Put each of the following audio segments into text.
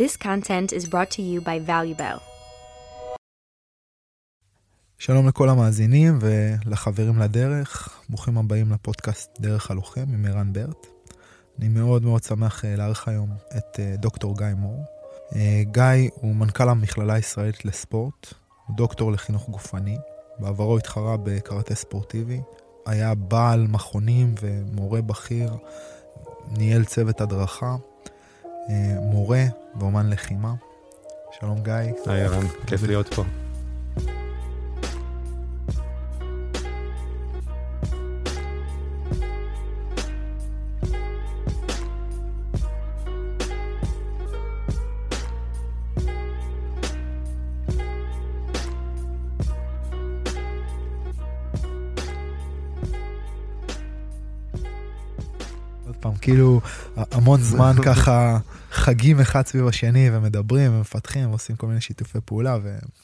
This content is brought to you by ValueBell. שלום לכל המאזינים ולחברים לדרך, ברוכים הבאים לפודקאסט דרך הלוחם עם ערן ברט. אני מאוד מאוד שמח לארח היום את דוקטור גיא מור. גיא הוא מנכ"ל המכללה הישראלית לספורט, הוא דוקטור לחינוך גופני, בעברו התחרה בקראטה ספורטיבי, היה בעל מכונים ומורה בכיר, ניהל צוות הדרכה, מורה ואומן לחימה. שלום גיא. היי ערן, כיף להיות פה. כאילו המון זמן ככה חגים אחד סביב השני ומדברים ומפתחים ועושים כל מיני שיתופי פעולה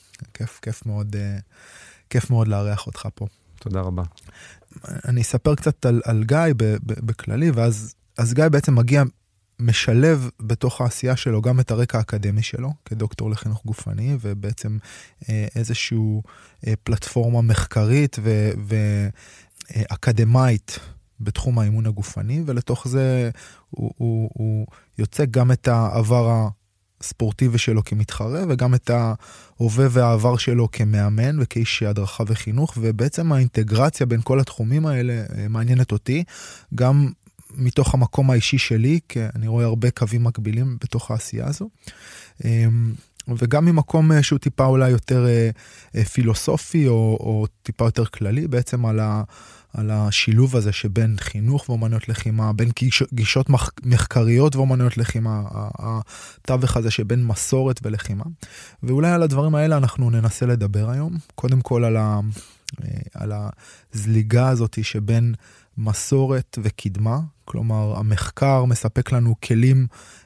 וכיף מאוד לארח אותך פה. תודה רבה. אני אספר קצת על גיא בכללי, ואז גיא בעצם משלב בתוך העשייה שלו גם את הרקע האקדמי שלו כדוקטור לחינוך גופני, ובעצם איזשהו פלטפורמה מחקרית ואקדמית בתחום האימון הגופני, ולתוך זה הוא יוצא גם את העבר הספורטיבי שלו כמתחרה, וגם את ההווה והעבר שלו כמאמן וכאיש הדרכה וחינוך, ובעצם האינטגרציה בין כל התחומים האלה מעניינת אותי, גם מתוך המקום האישי שלי, כי אני רואה הרבה קווים מקבילים בתוך העשייה הזו, וגם ממקום שהוא טיפה אולי יותר פילוסופי, או טיפה יותר כללי, בעצם על השילוב הזה שבין חינוך ואומנויות לחימה, בין גישות מחקריות ואומנויות לחימה, התווך הזה שבין מסורת ולחימה. ואולי על הדברים האלה אנחנו ננסה לדבר היום. קודם כל על הזליגה הזאת שבין מסורת וקדמה, כלומר המחקר מספק לנו כלים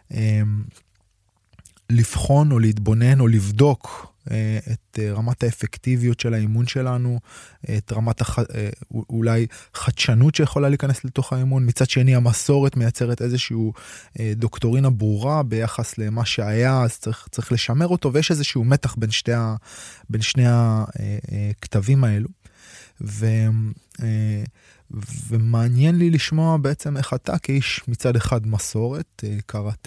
לבחון או להתבונן או לבדוק את רמת האפקטיביות של האימון שלנו, את רמת אולי חדשנות שיכולה להיכנס לתוך האימון. מצד שני, המסורת מייצרת איזשהו דוקטורינה ברורה ביחס למה שהיה, אז צריך לשמר אותו, ויש איזשהו מתח בין שני הכתבים האלו. ומעניין לי לשמוע בעצם איך אתה כאיש מצד אחד מסורת, קראטה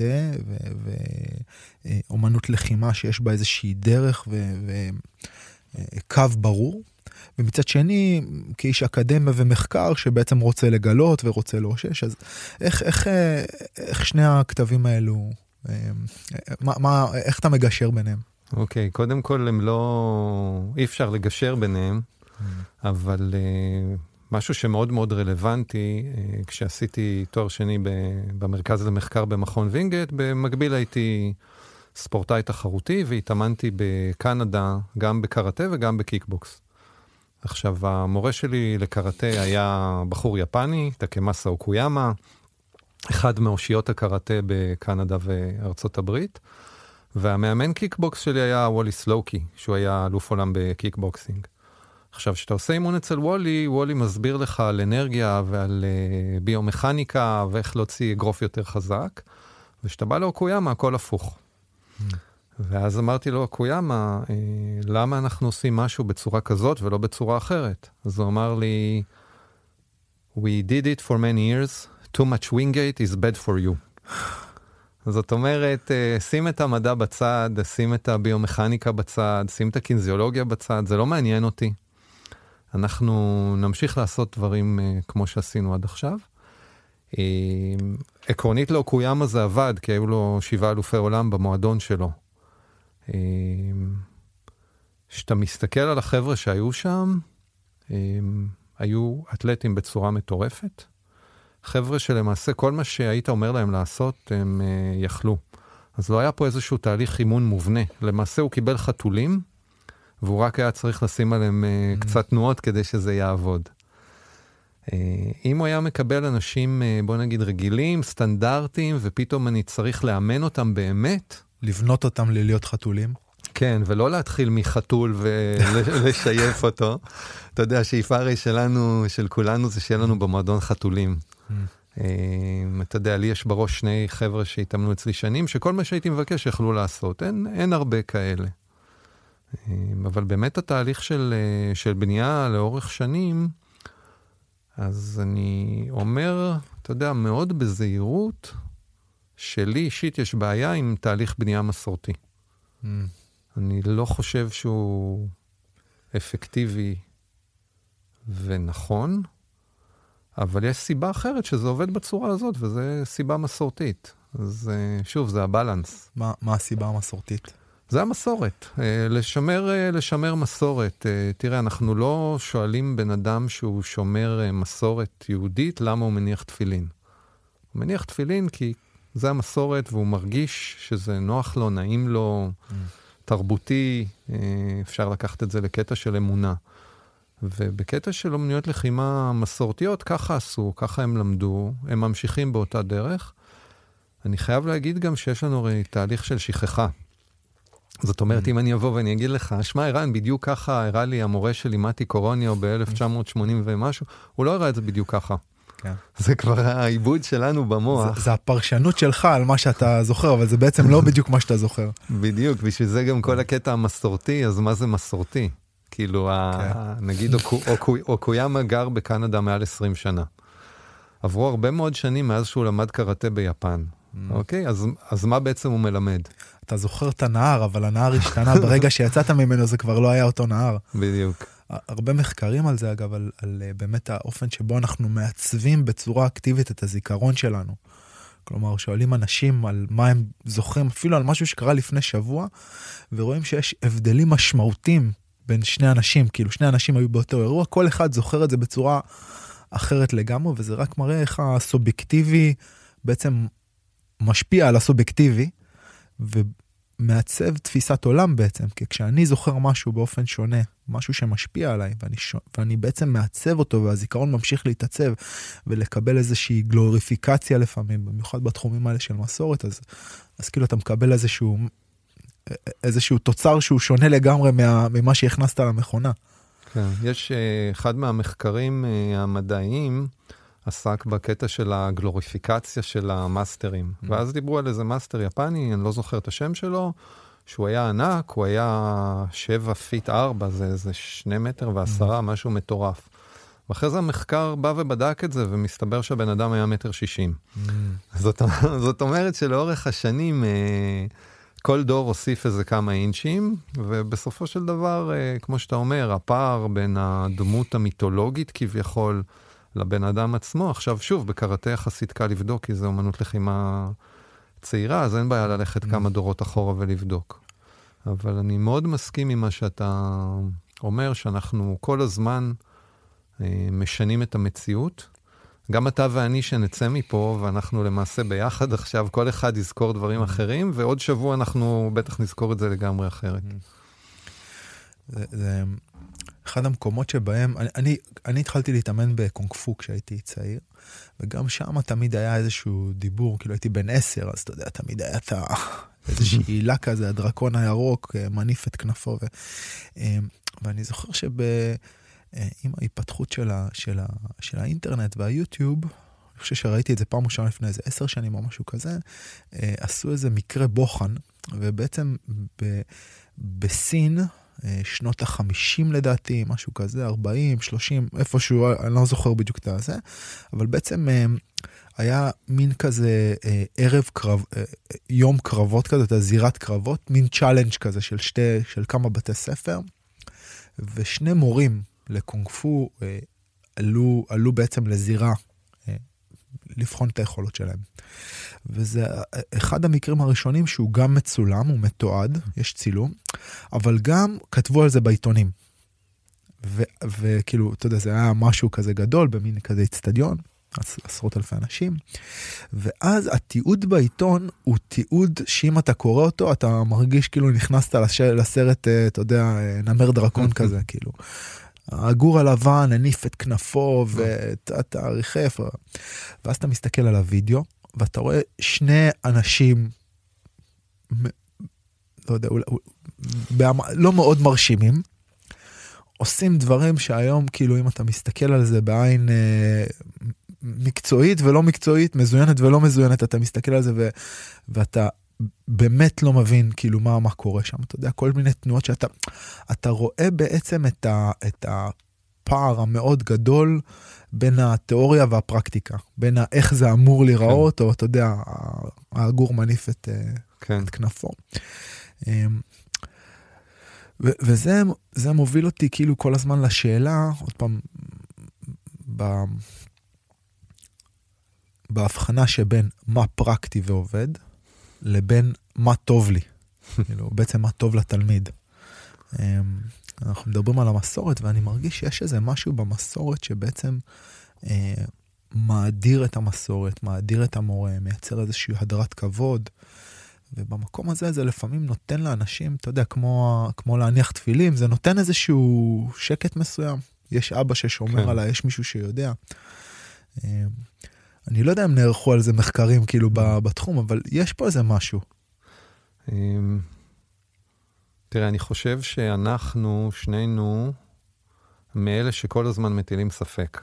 ואומנות לחימה שיש בה איזושהי דרך וקו ברור, ומצד שני כאיש אקדמיה ומחקר שבעצם רוצה לגלות ורוצה לאושש. אז איך שני הכתבים האלו, איך אתה מגשר ביניהם? אוקיי, קודם כל אי אפשר לגשר ביניהם, אבל משהו שמאוד מאוד רלוונטי, כשעשיתי תואר שני במרכז למחקר במכון וינגייט, במקביל הייתי ספורטאי תחרותי, והתאמנתי בקנדה גם בקראטה וגם בקיקבוקס. עכשיו, המורה שלי לקראטה היה בחור יפני, טקמאסה אוקויאמה, אחד מאושיות הקראטה בקנדה וארצות הברית, והמאמן קיקבוקס שלי היה וולי לוקי, שהוא היה אלוף עולם בקיקבוקסינג. עכשיו, שאתה עושה אימון אצל וולי מסביר לך על אנרגיה ועל ביומכניקה ואיך להוציא אגרוף יותר חזק, ושאתה בא לאוקויאמה, הכל הפוך. ואז אמרתי לו, אוקויאמה, למה אנחנו עושים משהו בצורה כזאת ולא בצורה אחרת? אז הוא אמר לי, We did it for many years, too much Wingate is bad for you. זאת אומרת, שים את המדע בצד, שים את הביומכניקה בצד, שים את הקינזיולוגיה בצד, זה לא מעניין אותי. אנחנו נמשיך לעשות דברים כמו שעשינו עד עכשיו. עקרונית לאוקויאמה זה עבד, כי היו לו 7 אלופי עולם במועדון שלו. שאתה מסתכל על החבר'ה שהיו שם, היו אתלטים בצורה מטורפת. חבר'ה שלמעשה כל מה שהיית אומר להם לעשות, הם יכלו. אז לא היה פה איזשהו תהליך אימון מובנה. למעשה הוא קיבל חתולים, והוא רק היה צריך לשים עליהם קצת תנועות כדי שזה יעבוד. אם הוא היה מקבל אנשים, בוא נגיד, רגילים, סטנדרטים, ופתאום אני צריך לאמן אותם באמת, לבנות אותם ללהיות חתולים. כן, ולא להתחיל מחתול ולשייף אותו. אתה יודע, השאיפה הרי שלנו, של כולנו, זה שיהיה לנו במועדון חתולים. אתה יודע, לי יש בראש שני חבר'ה שהתאמנו אצלי שנים, שכל מה שהייתי מבקש יכלו לעשות. אין הרבה כאלה. אבל באמת התהליך של בנייה לאורך שנים, אז אני אומר, אתה יודע, מאוד בזהירות, שלי אישית יש בעיה עם תהליך בנייה מסורתי. אני לא חושב שהוא אפקטיבי ונכון, אבל יש סיבה אחרת שזה עובד בצורה הזאת, וזו סיבה מסורתית. אז שוב, זה הבלנס. מה הסיבה המסורתית? זה המסורת. לשמר מסורת. תראה, אנחנו לא שואלים בן אדם שהוא שומר מסורת יהודית, למה הוא מניח תפילין. הוא מניח תפילין כי זה המסורת, והוא מרגיש שזה נוח לו, נעים לו, תרבותי, אפשר לקחת את זה לקטע של אמונה. ובקטע של אומנויות לחימה מסורתיות, ככה עשו, ככה הם למדו, הם ממשיכים באותה דרך. אני חייב להגיד גם שיש לנו הרי תהליך של שכחה. זאת אומרת, אם אני אבוא ואני אגיד לך, שמע, ערן, בדיוק ככה הראה לי המורה שלי, מתי קורוניו, ב-1980 ומשהו, הוא לא הראה את זה בדיוק ככה. זה כבר העיבוד שלנו במוח. זה הפרשנות שלך על מה שאתה זוכר, אבל זה בעצם לא בדיוק מה שאתה זוכר. בדיוק, בשביל זה גם כל הקטע המסורתי, אז מה זה מסורתי? כאילו, נגיד, אוקויאמה גר בקנדה מעל 20 שנה. עברו הרבה מאוד שנים מאז שהוא למד קראטה ביפן. אוקיי? אז מה בעצם הוא מלמד? אתה זוכר את הנהר, אבל הנהר השתנה ברגע שיצאת ממנו, זה כבר לא היה אותו נהר. בדיוק. הרבה מחקרים על זה, אגב, על באמת האופן שבו אנחנו מעצבים בצורה אקטיבית את הזיכרון שלנו. כלומר, שואלים אנשים על מה הם זוכרים, אפילו על משהו שקרה לפני שבוע, ורואים שיש הבדלים משמעותיים בין שני אנשים, כאילו שני אנשים היו באותו אירוע, כל אחד זוכר את זה בצורה אחרת לגמרי, וזה רק מראה איך הסובייקטיבי בעצם משפיע על הסובייקטיבי, ומעצב תפיסת עולם בעצם, כי כשאני זוכר משהו באופן שונה, משהו שמשפיע עליי, ואני בעצם מעצב אותו, והזיכרון ממשיך להתעצב, ולקבל איזושהי גלוריפיקציה לפעמים, במיוחד בתחומים האלה של מסורת, אז כאילו אתה מקבל איזשהו תוצר שהוא שונה לגמרי ממה שהכנסת למכונה. כן, יש אחד מהמחקרים המדעיים, עסק בקטע של הגלוריפיקציה של המאסטרים. ואז דיברו על איזה מאסטר יפני, אני לא זוכר את השם שלו, שהוא היה ענק, הוא היה 7 פיט 4, זה איזה 2 מטר ו10, משהו מטורף. ואחרי זה המחקר בא ובדק את זה, ומסתבר שהבן אדם היה 1.60 מטר. זאת אומרת שלאורך השנים, כל דור הוסיף איזה כמה אינצ'ים, ובסופו של דבר, כמו שאתה אומר, הפער בין הדמות המיתולוגית כביכול, לבן אדם עצמו. עכשיו שוב, בקראטה יחסית קל לבדוק, כי זה אומנות לחימה צעירה, אז אין בעיה ללכת כמה דורות אחורה ולבדוק. אבל אני מאוד מסכים עם מה שאתה אומר, שאנחנו כל הזמן משנים את המציאות. גם אתה ואני שנצא מפה, ואנחנו למעשה ביחד עכשיו, כל אחד יזכור דברים אחרים, ועוד שבוע אנחנו בטח נזכור את זה לגמרי אחרת. זה אחד המקומות שבהם, אני התחלתי להתאמן בקונג-פו כשהייתי צעיר, וגם שם תמיד היה איזשהו דיבור, כאילו הייתי בן 10, אז אתה יודע, תמיד היה איזושהי עילה כזה, הדרקון הירוק, מניף את כנפו, ואני זוכר עם ההיפתחות של האינטרנט והיוטיוב, אני חושב שראיתי את זה פעם ראשונה לפני איזה 10 שנים או משהו כזה, עשו איזה מקרה בוחן, ובעצם בסין, שנות ה-50 לדעתי, משהו כזה, 40, 30, איפשהו, אני לא זוכר בדיוק את זה, אבל בעצם היה מין כזה ערב קרב, יום קרבות כזה, זירת קרבות, מין צ'אלנג' כזה של כמה בתי ספר, ושני מורים לקונג-פו עלו בעצם לזירה, לבחון את היכולות שלהם. וזה אחד המקרים הראשונים שהוא גם מצולם, הוא מתועד, יש צילום, אבל גם כתבו על זה בעיתונים. וכאילו, אתה יודע, זה היה משהו כזה גדול, במין כזה אצטדיון, עשרות אלפי אנשים, ואז התיעוד בעיתון הוא תיעוד שאם אתה קורא אותו, אתה מרגיש כאילו נכנסת לסרט, אתה יודע, נמר דרקון כזה, כאילו. הגור הלבן הניף את כנפו ואתה ריחף, ואז אתה מסתכל על הוידאו, ואתה רואה שני אנשים, לא יודע, לא מאוד מרשימים, עושים דברים שהיום, כאילו, אם אתה מסתכל על זה בעין מקצועית ולא מקצועית, מזוינת ולא מזוינת, אתה מסתכל על זה ואתה באמת לא מבין כאילו מה קורה שם, אתה יודע, כל מיני תנועות אתה רואה בעצם את הפער המאוד גדול בין התיאוריה והפרקטיקה, בין איך זה אמור להיראות, או אתה יודע, האגור מניף את כנפו. וזה מוביל אותי כאילו כל הזמן לשאלה, עוד פעם, בהבחנה שבין מה פרקטי ועובד, לבין מה טוב לי. כאילו, בעצם מה טוב לתלמיד. אנחנו מדברים על המסורת, ואני מרגיש שיש איזה משהו במסורת שבעצם מאדיר את המסורת, מאדיר את המורה, מייצר איזושהי הדרת כבוד, ובמקום הזה זה לפעמים נותן לאנשים, אתה יודע, כמו להניח תפילים, זה נותן איזשהו שקט מסוים. יש אבא ששומר עליי, יש מישהו שיודע. אני לא יודע אם נערכו על זה מחקרים כאילו בתחום, אבל יש פה איזה משהו. תראה, אני חושב שאנחנו, שנינו, מאלה שכל הזמן מטילים ספק.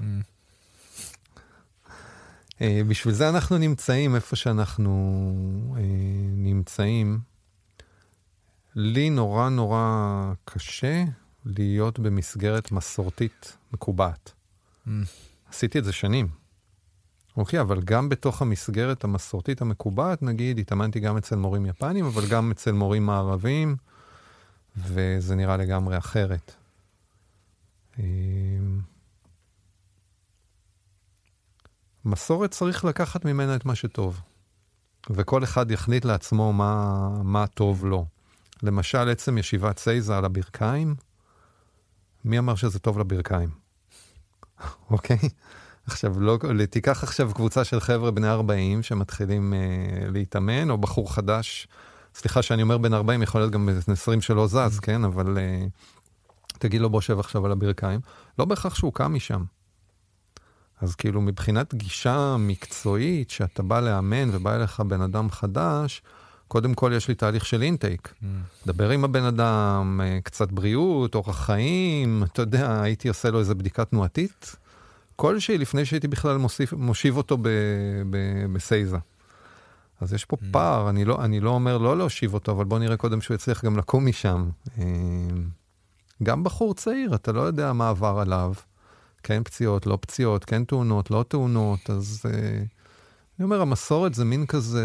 בשביל זה אנחנו נמצאים איפה שאנחנו נמצאים. לי נורא נורא קשה להיות במסגרת מסורתית מקובעת. עשיתי את זה שנים. אוקיי, אבל גם בתוך המסגרת המסורתית המקובעת, נגיד, התאמנתי גם אצל מורים יפנים, אבל גם אצל מורים מערבים, וזה נראה לגמרי אחרת. מסורת צריך לקחת ממנה את מה שטוב. וכל אחד יחליט לעצמו מה טוב לו. למשל, עצם ישיבת סייזה על הברכיים, מי אמר שזה טוב לברכיים? אוקיי? עכשיו, תיקח עכשיו קבוצה של חבר'ה בני 40 שמתחילים להתאמן, או בחור חדש, סליחה שאני אומר בן 40, יכול להיות גם בן 20 שלא זז, כן? אבל תגיד לו בוא שב עכשיו על הברכיים. לא בהכרח שהוא קם משם. אז כאילו מבחינת גישה מקצועית, שאתה בא לאמן ובא אליך בן אדם חדש, קודם כל יש לי תהליך של אינטייק. דבר עם הבן אדם, קצת בריאות, אורח חיים, אתה יודע, הייתי עושה לו איזו בדיקה תנועתית, כלשהי לפני שהייתי בכלל מושיב אותו בסייזה. אז יש פה פער, אני לא אומר לא להושיב אותו, אבל בוא נראה קודם שהוא יצליח גם לקום משם. גם בחור צעיר, אתה לא יודע מה עבר עליו, כן פציעות, לא פציעות, כן תאונות, לא תאונות, אז אני אומר, המסורת זה מין כזה,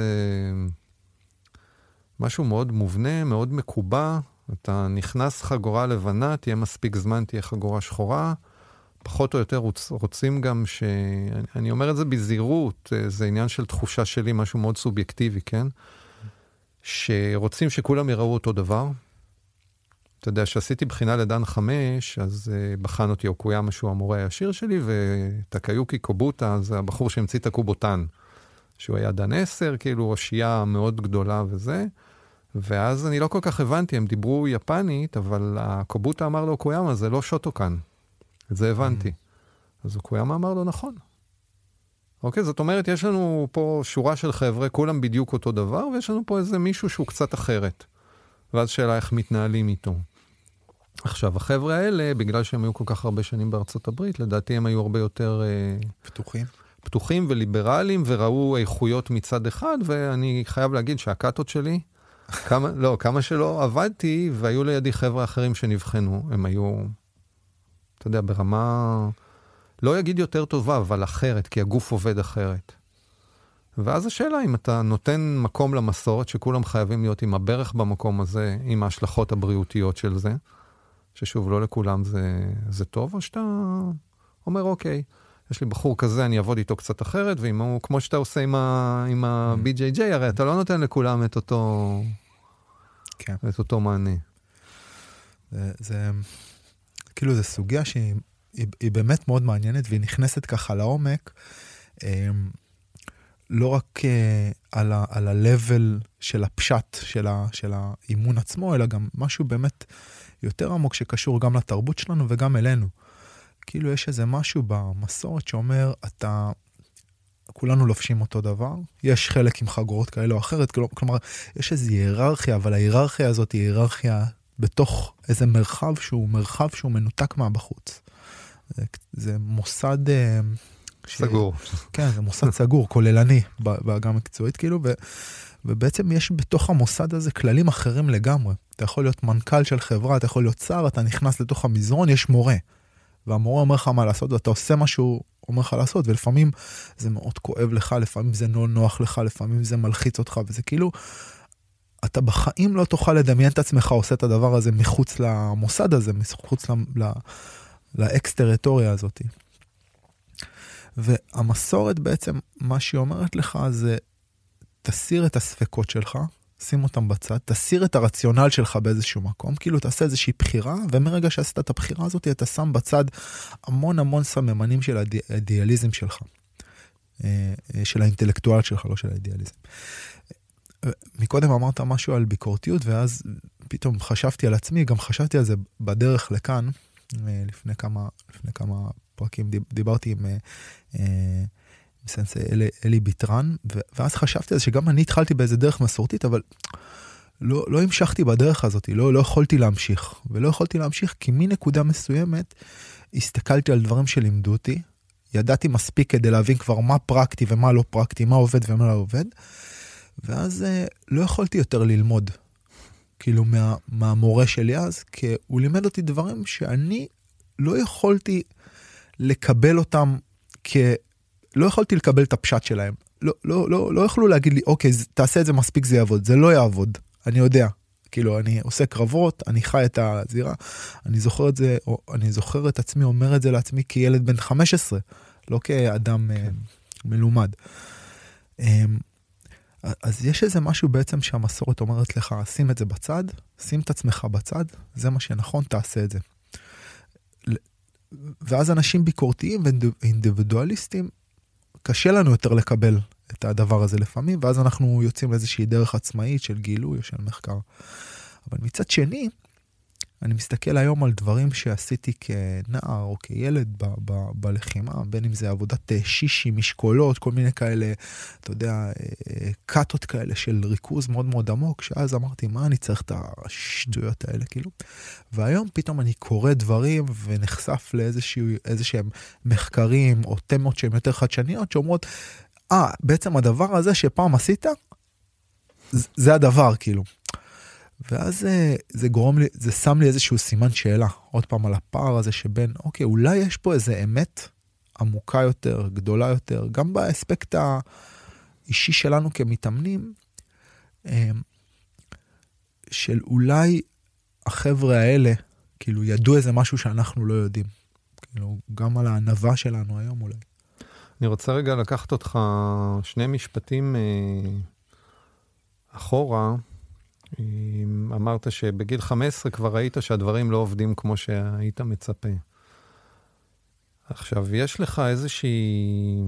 משהו מאוד מובנה, מאוד מקובע, אתה נכנס חגורה לבנה, תהיה מספיק זמן, תהיה חגורה שחורה, פחות או יותר רוצים גם אני אומר את זה בזהירות, זה עניין של תחושה שלי, משהו מאוד סובייקטיבי, כן? שרוצים שכולם יראו אותו דבר. אתה יודע, שעשיתי בחינה לדן 5, אז בחן אותי אוקויאמה, שהוא המורה הישיר שלי, וטקיוקי קובוטה, זה הבחור שהמציא את הקובוטן, שהוא היה דן 10, כאילו ראשייה מאוד גדולה וזה, ואז אני לא כל כך הבנתי, הם דיברו יפנית, אבל הקובוטה אמר לו אוקויאמה, זה לא שוטוקן. את זה הבנתי. אז אוקויאמה אמר לו, נכון. אוקיי, זאת אומרת, יש לנו פה שורה של חבר'ה, כולם בדיוק אותו דבר, ויש לנו פה איזה מישהו שהוא קצת אחרת. ואז שאלה איך מתנהלים איתו. עכשיו, החבר'ה האלה, בגלל שהם היו כל כך הרבה שנים בארצות הברית, לדעתי הם היו הרבה יותר פתוחים וליברליים, וראו איכויות מצד אחד, ואני חייב להגיד שהקאטות שלי, כמה שלא עבדתי, והיו לידי חבר'ה אחרים שנבחנו, הם היו, אתה יודע, ברמה, לא יגיד יותר טובה, אבל אחרת, כי הגוף עובד אחרת. ואז השאלה, אם אתה נותן מקום למסורת, שכולם חייבים להיות עם הברך במקום הזה, עם ההשלכות הבריאותיות של זה, ששוב, לא לכולם זה טוב, או שאתה אומר, אוקיי, יש לי בחור כזה, אני אעבוד איתו קצת אחרת, כמו שאתה עושה עם ה-BJJ, הרי אתה לא נותן לכולם את אותו מענה. כאילו, זו סוגיה שהיא באמת מאוד מעניינת, והיא נכנסת ככה לעומק, לא רק על ה-level של הפשט של האימון עצמו, אלא גם משהו באמת יותר עמוק שקשור גם לתרבות שלנו וגם אלינו. כאילו יש איזה משהו במסורת שאומר, כולנו לובשים אותו דבר, יש חלק עם חגורות כאלה או אחרת, כלומר, יש איזו היררכיה, אבל ההיררכיה הזאת היא היררכיה בתוך איזה מרחב שהוא מנותק מהבחוץ. זה מוסד סגור. כן, זה מוסד סגור, כוללני, בעגה מקצועית, כאילו, ובעצם יש בתוך המוסד הזה כללים אחרים לגמרי. אתה יכול להיות מנכ"ל של חברה, אתה יכול להיות שר, אתה נכנס לתוך המזרון, יש מורה. והמורה אומר לך מה לעשות, ואתה עושה מה שהוא אומר לך לעשות, ולפעמים זה מאוד כואב לך, לפעמים זה לא נוח לך, לפעמים זה מלחיץ אותך, וזה כאילו, אתה בחיים לא תוכל לדמיין את עצמך, עושה את הדבר הזה מחוץ למוסד הזה, מחוץ לאקס-טריטוריה הזאת. והמסורת בעצם, מה שהיא אומרת לך זה, תסיר את הספקות שלך, שים אותם בצד, תסיר את הרציונל שלך באיזשהו מקום, כאילו תעשה איזושהי בחירה, ומרגע שעשית את הבחירה הזאת, אתה שם בצד המון המון סממנים של האידיאליזם שלך, של האינטלקטואל שלך, לא של האידיאליזם. מקודם אמרת משהו על ביקורתיות, ואז פתאום חשבתי על עצמי, גם חשבתי על זה בדרך לכאן, לפני כמה פרקים דיברתי עם סנסי אלי ביטרן, ואז חשבתי על זה שגם אני התחלתי באיזה דרך מסורתית, אבל לא המשכתי בדרך הזאת, לא יכולתי להמשיך, ולא יכולתי להמשיך כי מנקודה מסוימת הסתכלתי על דברים שלימדו אותי, ידעתי מספיק כדי להבין כבר מה פרקטי ומה לא פרקטי, מה עובד ומה לא עובד, ואז לא יכולתי יותר ללמוד, כאילו מהמורה שלי אז, כי הוא לימד אותי דברים שאני לא יכולתי לקבל אותם, לא יכולתי לקבל את הפשט שלהם. לא יכלו להגיד לי, אוקיי, תעשה את זה מספיק, זה יעבוד. זה לא יעבוד, אני יודע. כאילו, אני עושה קרבות, אני חי את הזירה, אני זוכר את זה, או אני זוכר את עצמי, אומר את זה לעצמי כילד בן 15, לא כאדם מלומד. אז יש איזה משהו בעצם שהמסורת אומרת לך, שים את זה בצד, שים את עצמך בצד, זה מה שנכון, תעשה את זה. ואז אנשים ביקורתיים ואינדיבידואליסטים, קשה לנו יותר לקבל את הדבר הזה לפעמים, ואז אנחנו יוצאים לאיזושהי דרך עצמאית של גילוי או של מחקר. אבל מצד שני, אני מסתכל היום על דברים שעשיתי כנער או כילד בלחימה, בין אם זה עבודת שישי, משקולות, כל מיני כאלה, אתה יודע, קאטות כאלה של ריכוז מאוד מאוד עמוק, שאז אמרתי, מה אני צריך את השטויות האלה, כאילו? והיום פתאום אני קורא דברים ונחשף לאיזשהם מחקרים או תמות שהן יותר חדשניות, שאומרות, בעצם הדבר הזה שפעם עשית, זה הדבר, כאילו. ואז זה גורם לי, זה שם לי איזשהו סימן שאלה, עוד פעם על הפער הזה שבין, אוקיי, אולי יש פה איזה אמת עמוקה יותר, גדולה יותר, גם באספקט האישי שלנו כמתאמנים, של אולי החבר'ה האלה, כאילו ידעו איזה משהו שאנחנו לא יודעים, כאילו גם על הענווה שלנו היום אולי. אני רוצה רגע לקחת אותך שני משפטים אחורה, אמרת שבגיל 15 כבר ראית שהדברים לא עובדים כמו שהיית מצפה. עכשיו, יש לך איזושהי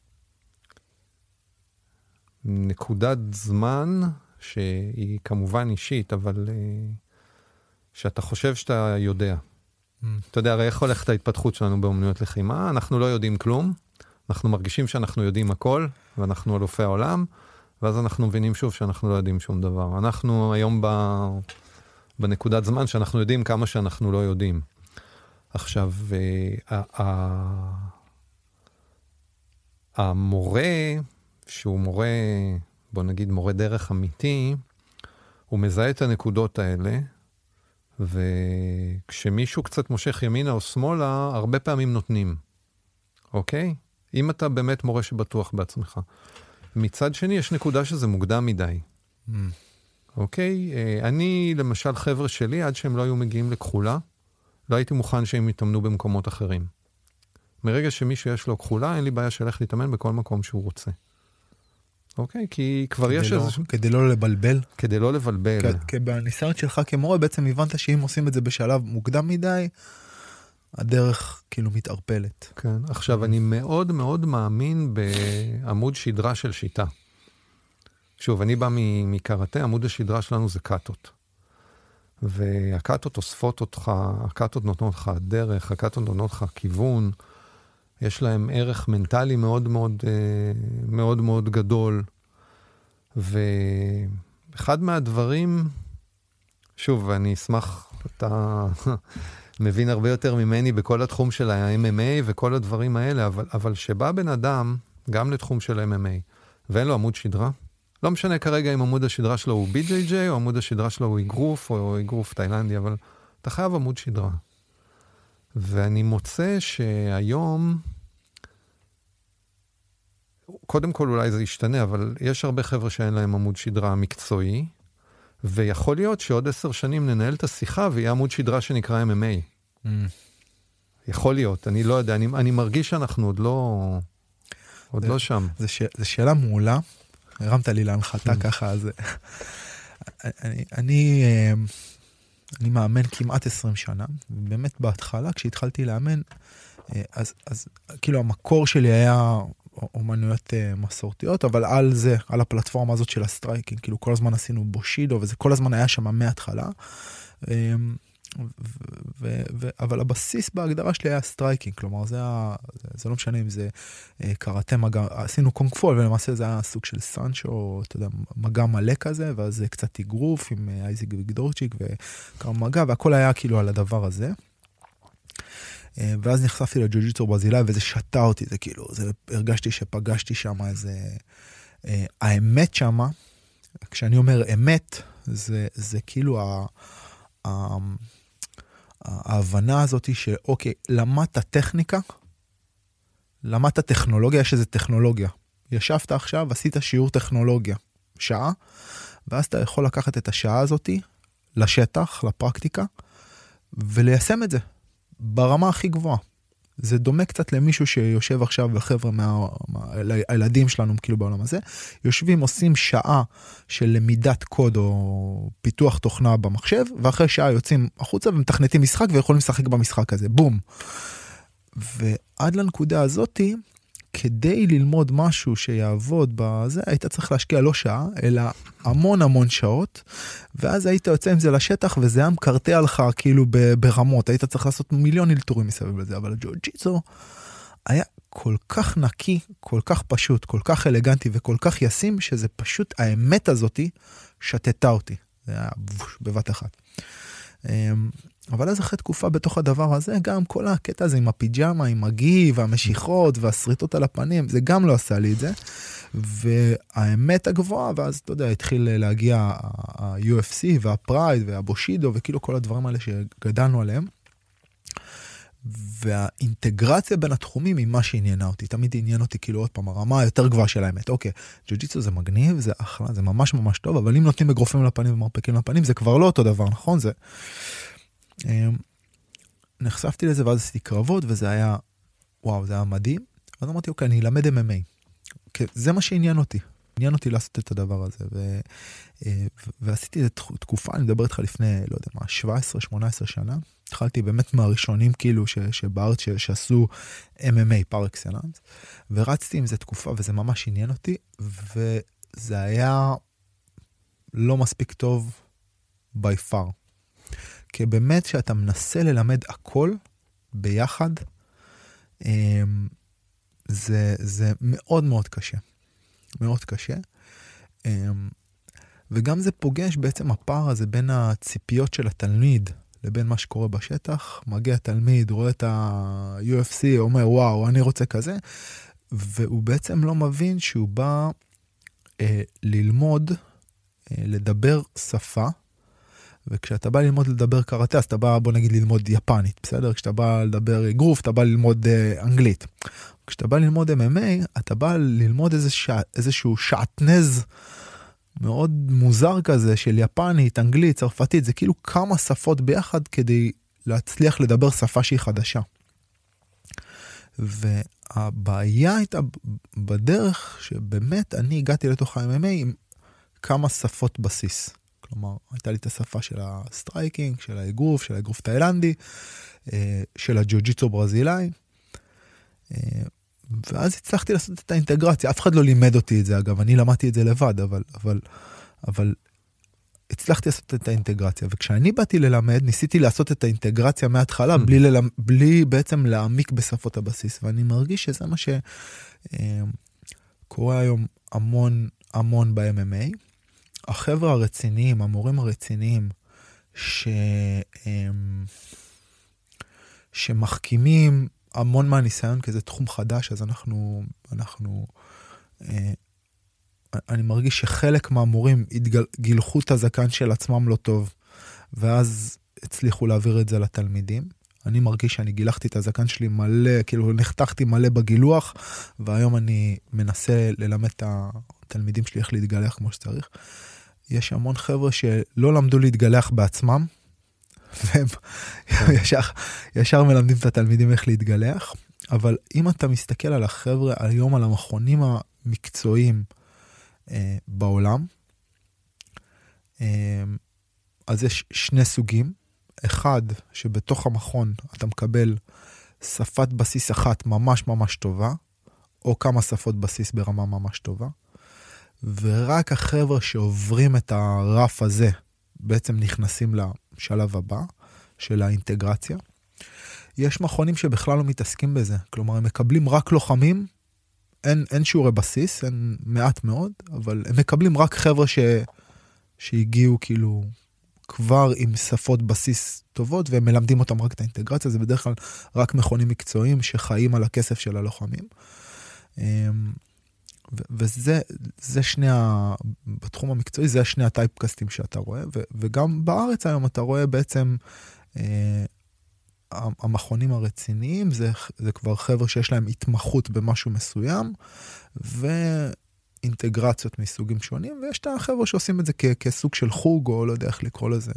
נקודת זמן שהיא כמובן אישית, אבל שאתה חושב שאתה יודע. אתה יודע, הרי איך הולכת ההתפתחות שלנו באומנויות לחימה? אנחנו לא יודעים כלום, אנחנו מרגישים שאנחנו יודעים הכל, ואנחנו אלופי העולם, ואז אנחנו מבינים שוב שאנחנו לא יודעים שום דבר. אנחנו היום בנקודת זמן שאנחנו יודעים כמה שאנחנו לא יודעים. עכשיו, המורה, שהוא מורה, בוא נגיד מורה דרך אמיתי, הוא מזהה את הנקודות האלה, וכשמישהו קצת מושך ימינה או שמאלה, הרבה פעמים נותנים. אוקיי? אם אתה באמת מורה שבטוח בעצמך. מצד שני, יש נקודה שזה מוקדם מדי. אוקיי? אני, למשל, חבר'ה שלי, עד שהם לא היו מגיעים לכחולה, לא הייתי מוכן שהם יתאמנו במקומות אחרים. מרגע שמישהו יש לו כחולה, אין לי בעיה שלך להתאמן בכל מקום שהוא רוצה. אוקיי? כי כבר יש איזה... כדי לא לבלבל. כדי לא לבלבל. כי בניסיון שלך כמורה, בעצם הבנת שאם עושים את זה בשלב מוקדם מדי, הדרך כאילו מתערפלת. כן, עכשיו אני מאוד מאוד מאמין בעמוד שדרה של שיטה. שוב, אני בא מקראטה, עמוד השדרה שלנו זה קאטות. והקאטות אוספות אותך, הקאטות נותנות לך דרך, הקאטות נותנות לך כיוון, יש להם ערך מנטלי מאוד מאוד, מאוד מאוד גדול. ואחד מהדברים, שוב, אני אשמח, אתה... מבין הרבה יותר ממני בכל התחום של ה-MMA וכל הדברים האלה, אבל שבא בן אדם, גם לתחום של MMA, ואין לו עמוד שדרה, לא משנה כרגע אם עמוד השדרה שלו הוא BJJ, או עמוד השדרה שלו הוא אגרוף, או אגרוף תאילנדי, אבל אתה חייב עמוד שדרה. ואני מוצא שהיום, קודם כל אולי זה ישתנה, אבל יש הרבה חבר'ה שאין להם עמוד שדרה מקצועי, ויכול להיות שעוד 10 שנים ננהל את השיחה, ויהיה עמוד שדרה שנקרא MMA. יכול להיות, אני לא יודע, אני מרגיש שאנחנו עוד לא שם. זו שאלה מעולה, הרמת לי להנחתה ככה, אז אני מאמן כמעט 20 שנה, ובאמת בהתחלה, כשהתחלתי לאמן, אז כאילו המקור שלי היה אומנויות מסורתיות, אבל על זה, על הפלטפורמה הזאת של הסטרייקינג, כאילו כל הזמן עשינו בושידו, וזה כל הזמן היה שם מההתחלה, אבל הבסיס בהגדרה שלי היה סטרייקינג, כלומר זה לא משנה אם זה קראטה מגע, עשינו קונג פו, ולמעשה זה היה סוג של סנצ'ו, אתה יודע, מגע מלא כזה, ואז קצת אגרוף עם אייזיק וגדורצ'יק וכמה מגע, והכל היה כאילו על הדבר הזה. ואז נחשפתי לג'ו-ג'יטסו ברזילאי, וזה שתה אותי, זה כאילו, הרגשתי שפגשתי שם איזה, האמת שם, כשאני אומר אמת, זה כאילו ההבנה הזאת שאוקיי, למדת טכניקה, למדת טכנולוגיה, יש איזו טכנולוגיה. ישבת עכשיו, עשית שיעור טכנולוגיה, שעה, ואז אתה יכול לקחת את השעה הזאת לשטח, לפרקטיקה, וליישם את זה ברמה הכי גבוהה. זה דומה קצת למישהו שיושב עכשיו, וחבר'ה הילדים שלנו כאילו בעולם הזה, יושבים, עושים שעה של למידת קוד או פיתוח תוכנה במחשב, ואחרי שעה יוצאים החוצה ומתכנתים משחק ויכולים לשחק במשחק הזה, בום. ועד לנקודה הזאת, כדי ללמוד משהו שיעבוד בזה, היית צריך להשקיע לא שעה, אלא המון שעות, ואז היית יוצא עם זה לשטח, וזה היה מקרטע לך כאילו ברמות, היית צריך לעשות מיליון אלתורים מסביב לזה, אבל הג'ו-ג'יטסו היה כל כך נקי, כל כך פשוט, כל כך אלגנטי וכל כך ישים, שזה פשוט האמת הזאת שתתה אותי. זה היה בבת אחת. אבל אז אחרי תקופה בתוך הדבר הזה, גם כל הקטע הזה עם הפיג'מה, עם הגי והמשיכות והסריטות על הפנים, זה גם לא עשה לי את זה. והאמת הגבוהה, ואז אתה יודע, התחיל להגיע ה-UFC והפרייד והבושידו, וכאילו כל הדברים האלה שגדלנו עליהם. והאינטגרציה בין התחומים היא מה שעניינה אותי. תמיד עניין אותי כאילו עוד פעם, הרמה היותר גבוהה של האמת. אוקיי, ג'ו-ג'יטסו זה מגניב, זה אחלה, זה ממש טוב, אבל אם נותנים אגרופים לפנים ומרפקים לפנים, זה כבר לא אותו דבר, נכון? זה... נחשפתי לזה ואז עשיתי קרבות, וזה היה, וואו, זה היה מדהים. ואז אמרתי, אוקיי, אני אלמד MMA. זה מה שעניין אותי. עניין אותי לעשות את הדבר הזה. ועשיתי את תקופה, אני מדבר איתך לפני, לא יודע מה, 17-18 שנה. התחלתי באמת מהראשונים כאילו שבארץ שעשו MMA פאר אקסלנס. ורצתי עם זה תקופה, וזה ממש עניין אותי. וזה היה לא מספיק טוב by far. כי באמת שאתה מנסה ללמד הכל ביחד, זה מאוד קשה. מאוד קשה. וגם זה פוגש בעצם הפער הזה בין הציפיות של התלמיד לבין מה שקורה בשטח. מגיע התלמיד, רואה את ה-UFC, אומר וואו, אני רוצה כזה, והוא בעצם לא מבין שהוא בא ללמוד, לדבר שפה, וכשאתה בא ללמוד לדבר קראטה, אז אתה בא, בוא נגיד, ללמוד יפנית, בסדר? כשאתה בא לדבר אגרוף, אתה בא ללמוד אנגלית. כשאתה בא ללמוד MMA, אתה בא ללמוד איזשהו שעטנז מאוד מוזר כזה, של יפנית, אנגלית, צרפתית, זה כאילו כמה שפות ביחד, כדי להצליח לדבר שפה שהיא חדשה. והבעיה הייתה בדרך, שבאמת אני הגעתי לתוך ה-MMA עם כמה שפות בסיס. כלומר, הייתה לי את השפה של הסטרייקינג, של האגרוף, של האגרוף תאילנדי, של הג'ו-ג'יטסו ברזילאי, ואז הצלחתי לעשות את האינטגרציה. אף אחד לא לימד אותי את זה, אגב, אני למדתי את זה לבד, אבל הצלחתי לעשות את האינטגרציה, וכשאני באתי ללמד, ניסיתי לעשות את האינטגרציה מההתחלה, בלי בעצם להעמיק בשפות הבסיס, ואני מרגיש שזה מה שקורה היום המון ב-MMA, החבר'ה הרציניים, המורים הרציניים, שמחכימים המון מהניסיון, כי זה תחום חדש, אז אני מרגיש שחלק מהמורים גילחו את הזקן של עצמם לא טוב, ואז הצליחו להעביר את זה לתלמידים. אני מרגיש שאני גילחתי את הזקן שלי מלא, כאילו נחתכתי מלא בגילוח, והיום אני מנסה ללמד את התלמידים שלי איך להתגלח כמו שצריך. יש המון חבר'ה שלא למדו להתגלח בעצמם, והם ישר מלמדים את התלמידים איך להתגלח, אבל אם אתה מסתכל על החבר'ה היום, על המכונים המקצועיים בעולם, אז יש שני סוגים. אחד, שבתוך המכון אתה מקבל שפת בסיס אחת ממש ממש טובה, או כמה שפות בסיס ברמה ממש טובה, ורק החבר'ה שעוברים את הרף הזה, בעצם נכנסים לשלב הבא של האינטגרציה. יש מכונים שבכלל לא מתעסקים בזה, כלומר הם מקבלים רק לוחמים, אין שיעורי בסיס, אין מעט מאוד, אבל הם מקבלים רק חבר'ה שהגיעו כאילו כבר עם שפות בסיס טובות, והם מלמדים אותם רק את האינטגרציה, זה בדרך כלל רק מכונים מקצועיים שחיים על הכסף של הלוחמים. וזה בתחום המקצועי, זה שני הטייפקסטים שאתה רואה, וגם בארץ היום אתה רואה בעצם המכונים הרציניים, זה כבר חבר'ה שיש להם התמחות במשהו מסוים, ואינטגרציות מסוגים שונים, ויש את החבר'ה שעושים את זה כסוג של חוג, או לא יודע איך לקרוא לזה,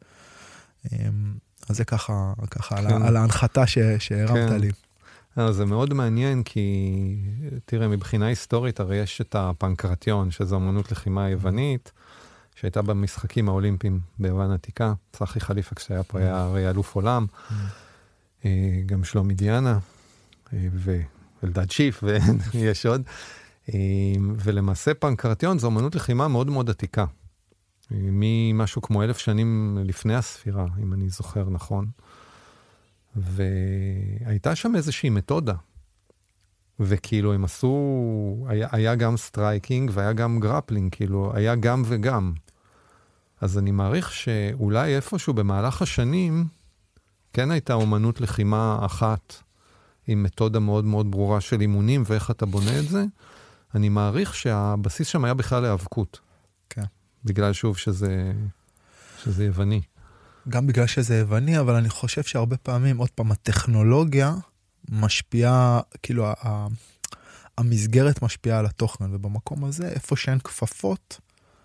אז זה ככה על ההנחתה שהרמת לי. זה מאוד מעניין, כי תראה, מבחינה היסטורית, הרי יש את הפנקרטיון, שזו אמנות לחימה יוונית, שהייתה במשחקים האולימפיים ביוון העתיקה. צחי חליפה כשהיה פה היה הרי אלוף עולם, גם שלומי דיאנה, ואלדד שיף, ויש עוד. ולמעשה פנקרטיון זו אמנות לחימה מאוד מאוד עתיקה. ממשהו כמו 1000 שנים לפני הספירה, אם אני זוכר נכון. והייתה שם איזושהי מתודה. וכאילו הם עשו, היה גם סטרייקינג והיה גם גרפלינג, כאילו היה גם וגם. אז אני מעריך שאולי איפשהו במהלך השנים, כן הייתה אומנות לחימה אחת, עם מתודה מאוד מאוד ברורה של אימונים, ואיך אתה בונה את זה. אני מעריך שהבסיס שם היה בכלל להיאבקות. כן. בגלל שוב שזה יווני. גם בגלל שזה יווני, אבל אני חושב שהרבה פעמים, עוד פעם, הטכנולוגיה משפיעה, כאילו המסגרת משפיעה על התוכן, ובמקום הזה, איפה שאין כפפות,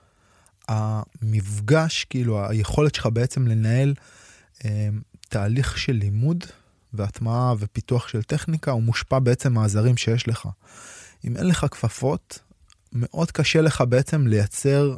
המפגש, כאילו היכולת שלך בעצם לנהל תהליך של לימוד, והטמעה ופיתוח של טכניקה, הוא מושפע בעצם מהעזרים שיש לך. אם אין לך כפפות, מאוד קשה לך בעצם לייצר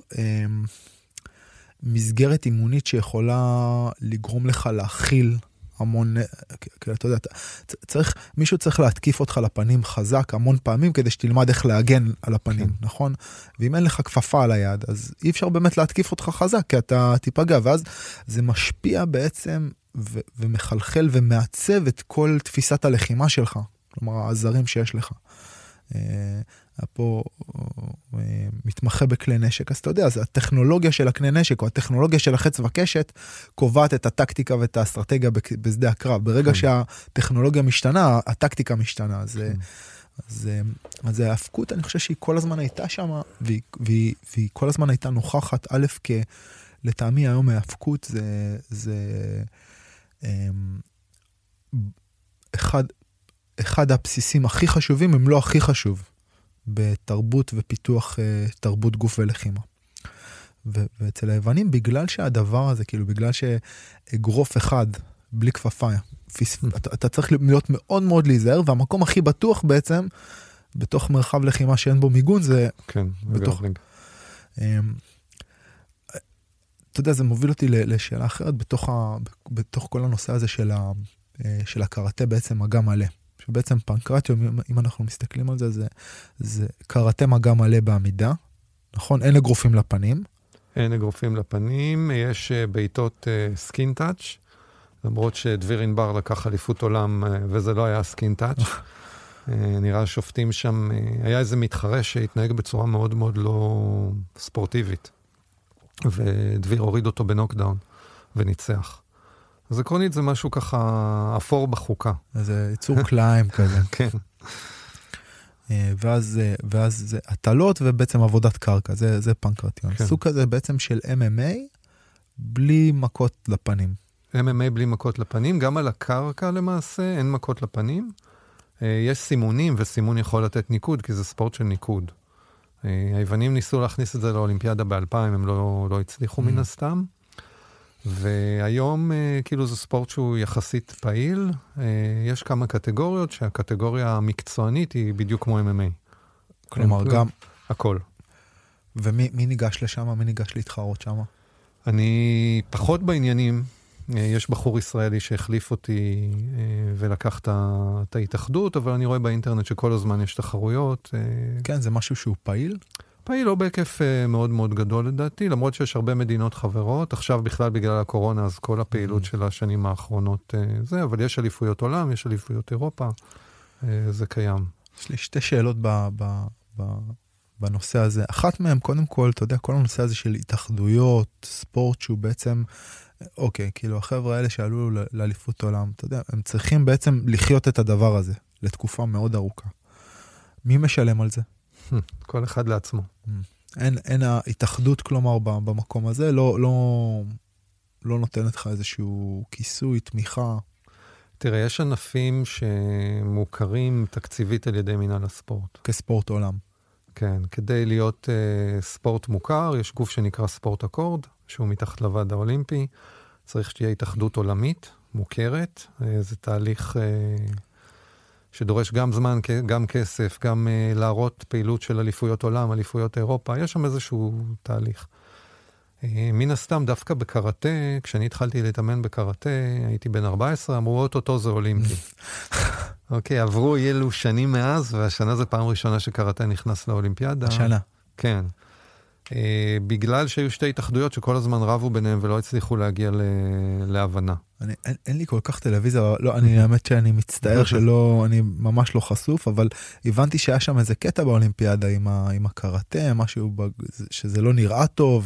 מסגרת אימונית שיכולה לגרום לך להכיל המון, אתה יודע, מישהו צריך להתקיף אותך לפנים חזק המון פעמים, כדי שתלמד איך להגן על הפנים, נכון? ואם אין לך כפפה על היד, אז אי אפשר באמת להתקיף אותך חזק, כי אתה תיפגע, ואז זה משפיע בעצם, ומחלחל ומעצב את כל תפיסת הלחימה שלך, כלומר, העזרים שיש לך. פה מתמחה בכלי נשק, אז אתה יודע, אז הטכנולוגיה של הכלי נשק, או הטכנולוגיה של החץ וקשת, קובעת את הטקטיקה ואת האסטרטגיה בשדה הקרב. ברגע שהטכנולוגיה משתנה, הטקטיקה משתנה. אז ההפקות, אני חושב שהיא כל הזמן הייתה שם, והיא כל הזמן הייתה נוכחת, א', לטעמי היום ההפקות זה אחד הבסיסים הכי חשובים, אם לא הכי חשוב, בתרבות ופיתוח תרבות גוף ולחימה. ואצל היוונים, בגלל שהדבר הזה, כאילו בגלל שאגרוף אחד, בלי כפפה, אתה צריך להיות מאוד מאוד להיזהר, והמקום הכי בטוח בעצם, בתוך מרחב לחימה שאין בו מיגון, זה כן, בתוך... אתה יודע, זה מוביל אותי לשאלה אחרת, בתוך כל הנושא הזה של הקראטה בעצם מגע מלא. שבעצם פנקרטיו, אם אנחנו מסתכלים על זה, זה קראטה מגע מלא בעמידה, נכון? אין אגרופים לפנים. אין אגרופים לפנים, יש בעיטות סקין טאץ', למרות שדביר ענבר לקח אליפות עולם, וזה לא היה סקין טאץ'. נראה שופטים שם, היה איזה מתחרה שהתנהג בצורה מאוד מאוד לא ספורטיבית, ודביר הוריד אותו בנוקדאון, וניצח. אז עקרונית זה משהו ככה אפור בחוקה. זה יצור קליים כזה. כן. ואז זה הטלות ובעצם עבודת קרקע, זה פנקרטיון. כן. סוג כזה בעצם של MMA, בלי מכות לפנים. MMA בלי מכות לפנים, גם על הקרקע למעשה, אין מכות לפנים. יש סימונים, וסימון יכול לתת ניקוד, כי זה ספורט של ניקוד. היוונים ניסו להכניס את זה לאולימפיאדה ב-2000, הם לא הצליחו מן הסתם. והיום כאילו זה ספורט שהוא יחסית פעיל. יש כמה קטגוריות, שהקטגוריה המקצוענית היא בדיוק כמו MMA. כלומר, גם... הכל. ומי ניגש לשם? מי ניגש להתחרות שם? אני פחות בעניינים. יש בחור ישראלי שהחליף אותי ולקח את ההתאחדות, אבל אני רואה באינטרנט שכל הזמן יש תחרויות. כן, זה משהו שהוא פעיל? פעיל לא בהיקף מאוד מאוד גדול לדעתי, למרות שיש הרבה מדינות חברות. עכשיו בכלל בגלל הקורונה, אז כל הפעילות של השנים האחרונות זה, אבל יש אליפויות עולם, יש אליפויות אירופה, זה קיים. יש לי שתי שאלות בנושא הזה. אחת מהם, קודם כל, אתה יודע, כל הנושא הזה של התאחדויות, ספורט שהוא בעצם... אוקיי, כאילו החבר'ה האלה שעלו לאליפות עולם, אתה יודע, הם צריכים בעצם לחיות את הדבר הזה, לתקופה מאוד ארוכה. מי משלם על זה? כל אחד לעצמו. אין ההתאחדות, כלומר, במקום הזה, לא נותנת לך איזשהו כיסוי, תמיכה. תראה, יש ענפים שמוכרים תקציבית על ידי מינהל הספורט. כספורט עולם. כן, כדי להיות ספורט מוכר, יש גוף שנקרא ספורט אקורד, שהוא מתחת לוועד האולימפי, צריך שתהיה התאחדות עולמית, מוכרת, זה תהליך שדורש גם זמן, גם כסף, גם להראות פעילות של אליפויות עולם, אליפויות אירופה, יש שם איזשהו תהליך. מן הסתם, דווקא בקראטה, כשאני התחלתי להתאמן בקראטה, הייתי בן 14, אמרו אותו זה אולימפי. אוקיי, עברו אילו שנים מאז, והשנה זה פעם ראשונה שקראטה נכנס לאולימפיאדה. השנה. כן. בגלל שהיו שתי התאחדויות שכל הזמן רבו ביניהם ולא הצליחו להגיע להבנה. אין לי כל כך טלוויזיה, לא, אני האמת שאני מצטער שלא, אני ממש לא חשוף, אבל הבנתי שהיה שם איזה קטע באולימפיאדה עם הקראטה, משהו שזה לא נראה טוב,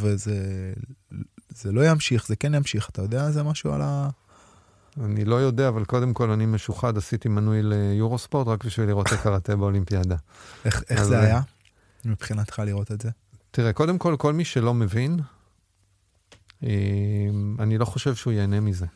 וזה לא ימשיך, זה כן ימשיך, אתה יודע, זה משהו על ה... אני לא יודע, אבל קודם כל אני משוחד, עשיתי מנוי ליורוספורט רק בשביל לראות את הקראטה באולימפיאדה. איך זה היה? מבחינתך לראות את זה? תראה, קודם כל מי שלא מבין, אני לא חושב שהוא ייהנה מזה.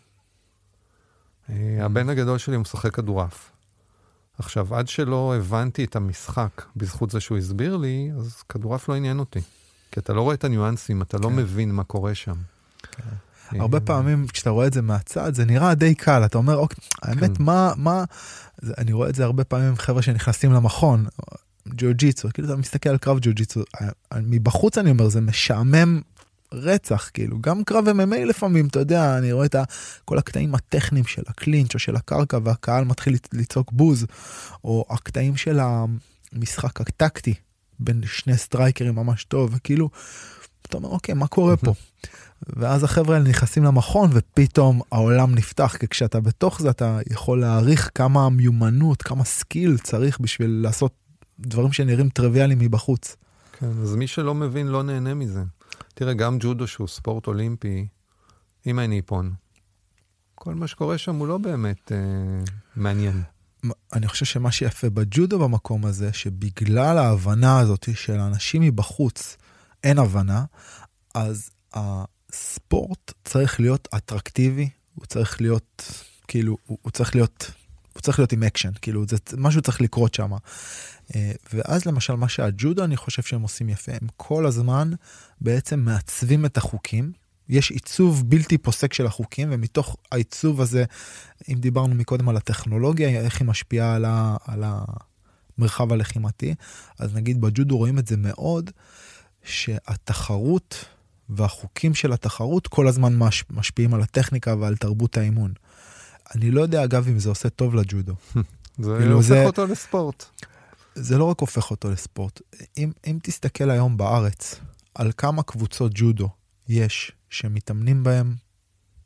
הבן הגדול שלי הוא משחק כדורעף. עכשיו, עד שלא הבנתי את המשחק בזכות זה שהוא הסביר לי, אז כדורעף לא עניין אותי. כי אתה לא רואה את הניואנסים, אתה לא מבין מה קורה שם. הרבה פעמים כשאתה רואה את זה מהצד, זה נראה די קל. אתה אומר, אוקיי, האמת, מה... אני רואה את זה הרבה פעמים עם חבר'ה שנכנסים למכון, ג'ו-ג'יצו, כאילו אתה מסתכל על קרב ג'ו-ג'יצו, מבחוץ אני אומר, זה משעמם רצח, כאילו, גם קרב MMA לפעמים, אתה יודע, אני רואה את כל הקטעים הטכניים של הקלינץ' או של הקרקע, והקהל מתחיל לצעוק בוז, או הקטעים של המשחק הטקטי, בין שני סטרייקרים ממש טוב, וכאילו, אתה אומר, אוקיי, מה קורה פה? ואז החבר'ה האלה נכנסים למכון, ופתאום העולם נפתח, כי כשאתה בתוך זה, אתה יכול להעריך כמה מיומנות, כמה סקיל צריך בשביל לעשות דברים שנראים טריוויאליים מבחוץ. כן, אז מי שלא מבין לא נהנה מזה. תראה, גם ג'ודו שהוא ספורט אולימפי, עם הניפון, כל מה שקורה שם הוא לא באמת מעניין. אני חושב שמה שיפה בג'ודו במקום הזה, שבגלל ההבנה הזאת של האנשים מבחוץ, אין הבנה, אז הספורט צריך להיות אטרקטיבי, הוא צריך להיות, כאילו, הוא צריך להיות עם אקשן, כאילו, זה משהו צריך לקרות שם. ואז למשל מה שהג'ודו אני חושב שהם עושים יפה, הם כל הזמן בעצם מעצבים את החוקים, יש עיצוב בלתי פוסק של החוקים, ומתוך העיצוב הזה, אם דיברנו מקודם על הטכנולוגיה, איך היא משפיעה על המרחב הלחימתי, אז נגיד בג'ודו רואים את זה מאוד, שהתחרות והחוקים של התחרות כל הזמן משפיעים על הטכניקה ועל תרבות האימון. אני לא יודע אגב אם זה עושה טוב לג'ודו. זה הופך אותו לספורט. זה לא רק הופך אותו לספורט. אם תסתכל היום בארץ, על כמה קבוצות ג'ודו יש שמתאמנים בהם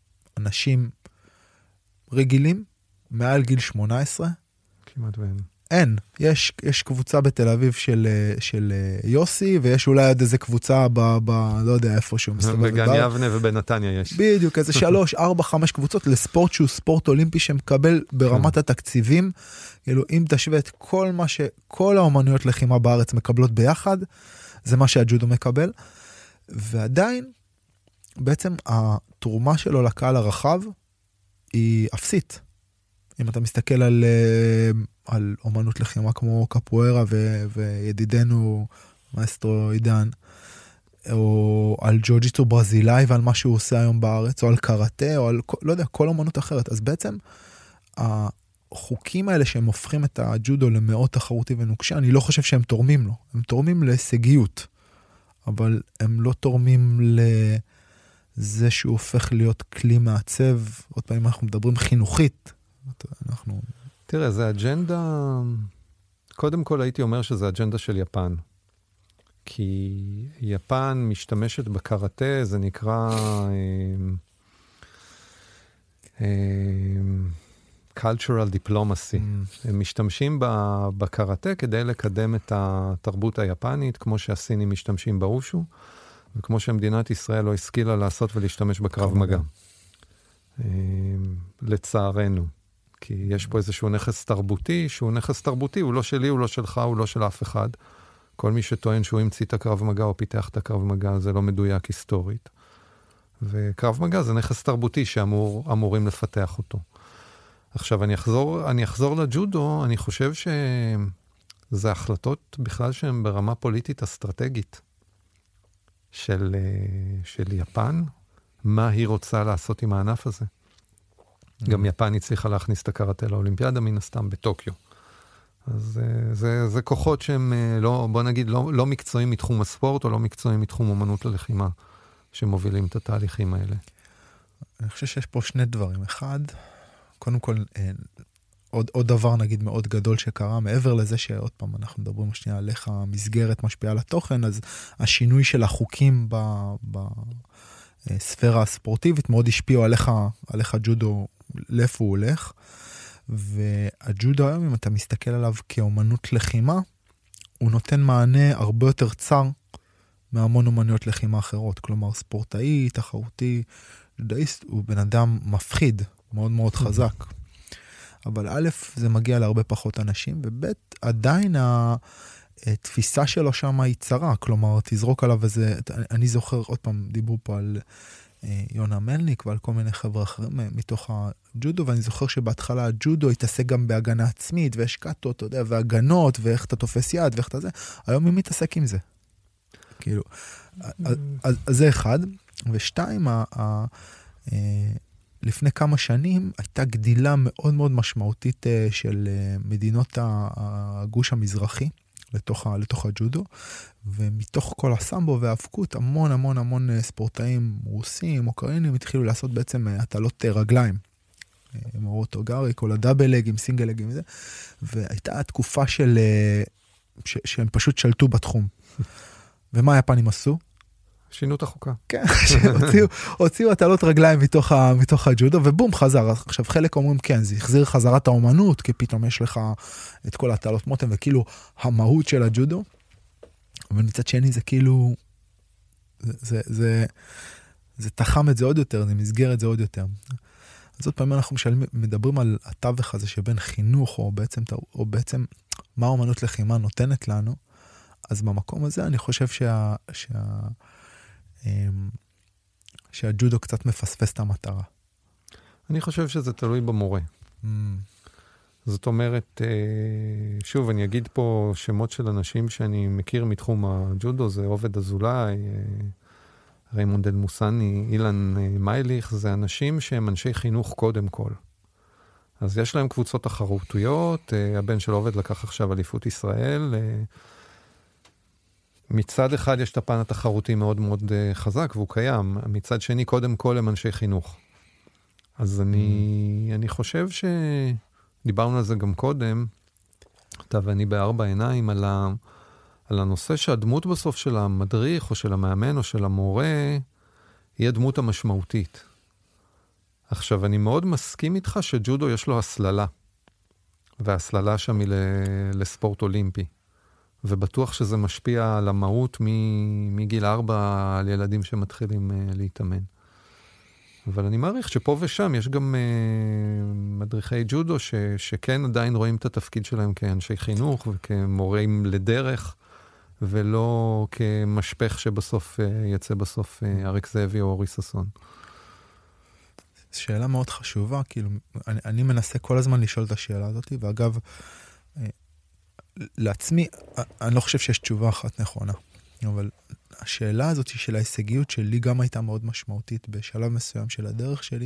אנשים רגילים, מעל גיל 18, כמעט ואין. אין. יש קבוצה בתל אביב של יוסי, ויש אולי עוד איזה קבוצה לא יודע איפה שהוא מסתובב. בגן יבנה ובנתניה יש. בדיוק, איזה 3, 4, 5 קבוצות לספורט שהוא ספורט אולימפי שמקבל ברמת התקציבים. כאילו, אם תשווה את כל האומנויות לחימה בארץ מקבלות ביחד, זה מה שהג'ודו מקבל. ועדיין, בעצם התרומה שלו לקהל הרחב היא אפסית. אם אתה מסתכל על אומנות לחימה כמו קפוארה וידידנו מאסטרו עידן, או על ג'ו-ג'יטסו ברזילאי ועל מה שהוא עושה היום בארץ, או על קראטה, או על, לא יודע, כל אומנות אחרת. אז בעצם החוקים האלה שהם הופכים את הג'ודו למאוד תחרותי ונוקשה, אני לא חושב שהם תורמים לו. הם תורמים להישגיות, אבל הם לא תורמים לזה שהוא הופך להיות כלי מעצב. עוד פעמים אנחנו מדברים חינוכית. תראה, זה אג'נדה, קודם כל הייתי אומר שזה אג'נדה של יפן. כי יפן משתמשת בקראטה, זה נקרא cultural diplomacy. הם משתמשים בקראטה כדי לקדם את התרבות היפנית, כמו שהסינים משתמשים באושו, וכמו שמדינת ישראל לא השכילה לעשות ולהשתמש בקרב מגע. לצערנו. כי יש פה איזשהו נכס תרבותי, שהוא נכס תרבותי, הוא לא שלי, הוא לא שלך, הוא לא של אף אחד. כל מי שטוען שהוא המציא את הקרב מגע או פיתח את הקרב מגע, זה לא מדויק היסטורית. וקרב מגע זה נכס תרבותי שאמורים לפתח אותו. עכשיו, אני אחזור לג'ודו, אני חושב שזה החלטות בכלל שהן ברמה פוליטית אסטרטגית של יפן, מה היא רוצה לעשות עם הענף הזה. גם יפן הצליחה להכניס את הקראטה לאולימפיאדה מן הסתם בטוקיו. אז זה כוחות שהם בוא נגיד, לא מקצועיים מתחום הספורט, או לא מקצועיים מתחום אומנות ללחימה, שמובילים את התהליכים האלה. אני חושב שיש פה שני דברים. אחד, קודם כל, עוד דבר נגיד מאוד גדול שקרה, מעבר לזה שעוד פעם אנחנו מדברים שנייה על איך המסגרת משפיעה על התוכן, אז השינוי של החוקים בספירה הספורטיבית מאוד השפיעו עליך ג'ודו, לאיפה הוא הולך. והג'ודו היום, אם אתה מסתכל עליו כאומנות לחימה, הוא נותן מענה הרבה יותר צר מהמון אומנויות לחימה אחרות. כלומר, ספורטאי, תחרותי, ג'ודאיסט, הוא בן אדם מפחיד, מאוד מאוד חזק. אבל א', זה מגיע להרבה פחות אנשים, וב', עדיין התפיסה שלו שם היא צרה. כלומר, תזרוק עליו איזה, אני זוכר, עוד פעם, דיברו פה על יונה מלניק ועל כל מיני חבר'ה אחרים מתוך הג'ודו, ואני זוכר שבהתחלה הג'ודו התעסק גם בהגנה עצמית, ויש קאטות, אתה יודע, והגנות, ואיך אתה תופס יד, ואיך אתה זה. היום מי מתעסק עם זה? כאילו, אז זה אחד. ושתיים, לפני כמה שנים הייתה גדילה מאוד מאוד משמעותית של מדינות הגוש המזרחי, לתוך הג'ודו, ומתוך כל הסמבו והאבקות, המון המון המון ספורטאים רוסים, אוקראינים, התחילו לעשות בעצם הטלות רגליים. מורוטו גארי, כל הדאבל לגים, סינגל לגים וזה, והייתה תקופה שהם פשוט שלטו בתחום. ומה היפנים עשו? שינו את החוקה. כן, הוציאו הטלות רגליים מתוך הג'ודו, ובום, חזר. עכשיו, חלק אומרים, כן, זה החזיר חזרת האומנות, כי פתאום יש לך את כל הטלות מוטם, וכאילו המהות של הג'ודו, אבל מצד שני זה כאילו, זה תחם את זה עוד יותר, זה מסגר את זה עוד יותר. אז עוד פעמים אנחנו מדברים על התווך הזה שבין חינוך, או בעצם מה האומנות לחימה נותנת לנו, אז במקום הזה אני חושב שהג'ודו קצת מפספס את המטרה. אני חושב שזה תלוי במורה. זאת אומרת, שוב, אני אגיד פה שמות של אנשים שאני מכיר מתחום הג'ודו, זה עובד אזולאי, ריימונד אלמוסני, אילן מייליך, זה אנשים שהם אנשי חינוך קודם כל. אז יש להם קבוצות תחרותיות, הבן של עובד לקח עכשיו אליפות ישראל, מצד אחד יש את הפן התחרותי מאוד מאוד חזק, והוא קיים. מצד שני, קודם כל הם אנשי חינוך. אז אני חושב שדיברנו על זה גם קודם, אתה ואני בארבע עיניים, על הנושא שהדמות בסוף של המדריך, או של המאמן, או של המורה, היא הדמות המשמעותית. עכשיו, אני מאוד מסכים איתך שג'ודו יש לו הסללה. והסללה שם היא לספורט אולימפי. ובטוח שזה משפיע על המהות מגיל 4 על ילדים שמתחילים להתאמן. אבל אני מעריך שפה ושם יש גם מדריכי ג'ודו שכן עדיין רואים את התפקיד שלהם כאנשי חינוך וכמורים לדרך, ולא כמשפך שבסוף יצא בסוף אריק זאבי או אורי ששון. שאלה מאוד חשובה, כאילו, אני מנסה כל הזמן לשאול את השאלה הזאת, ואגב, לעצמי, אני לא חושב שיש תשובה אחת נכונה, אבל השאלה הזאת של ההישגיות שלי גם הייתה מאוד משמעותית בשלב מסוים של הדרך שלי.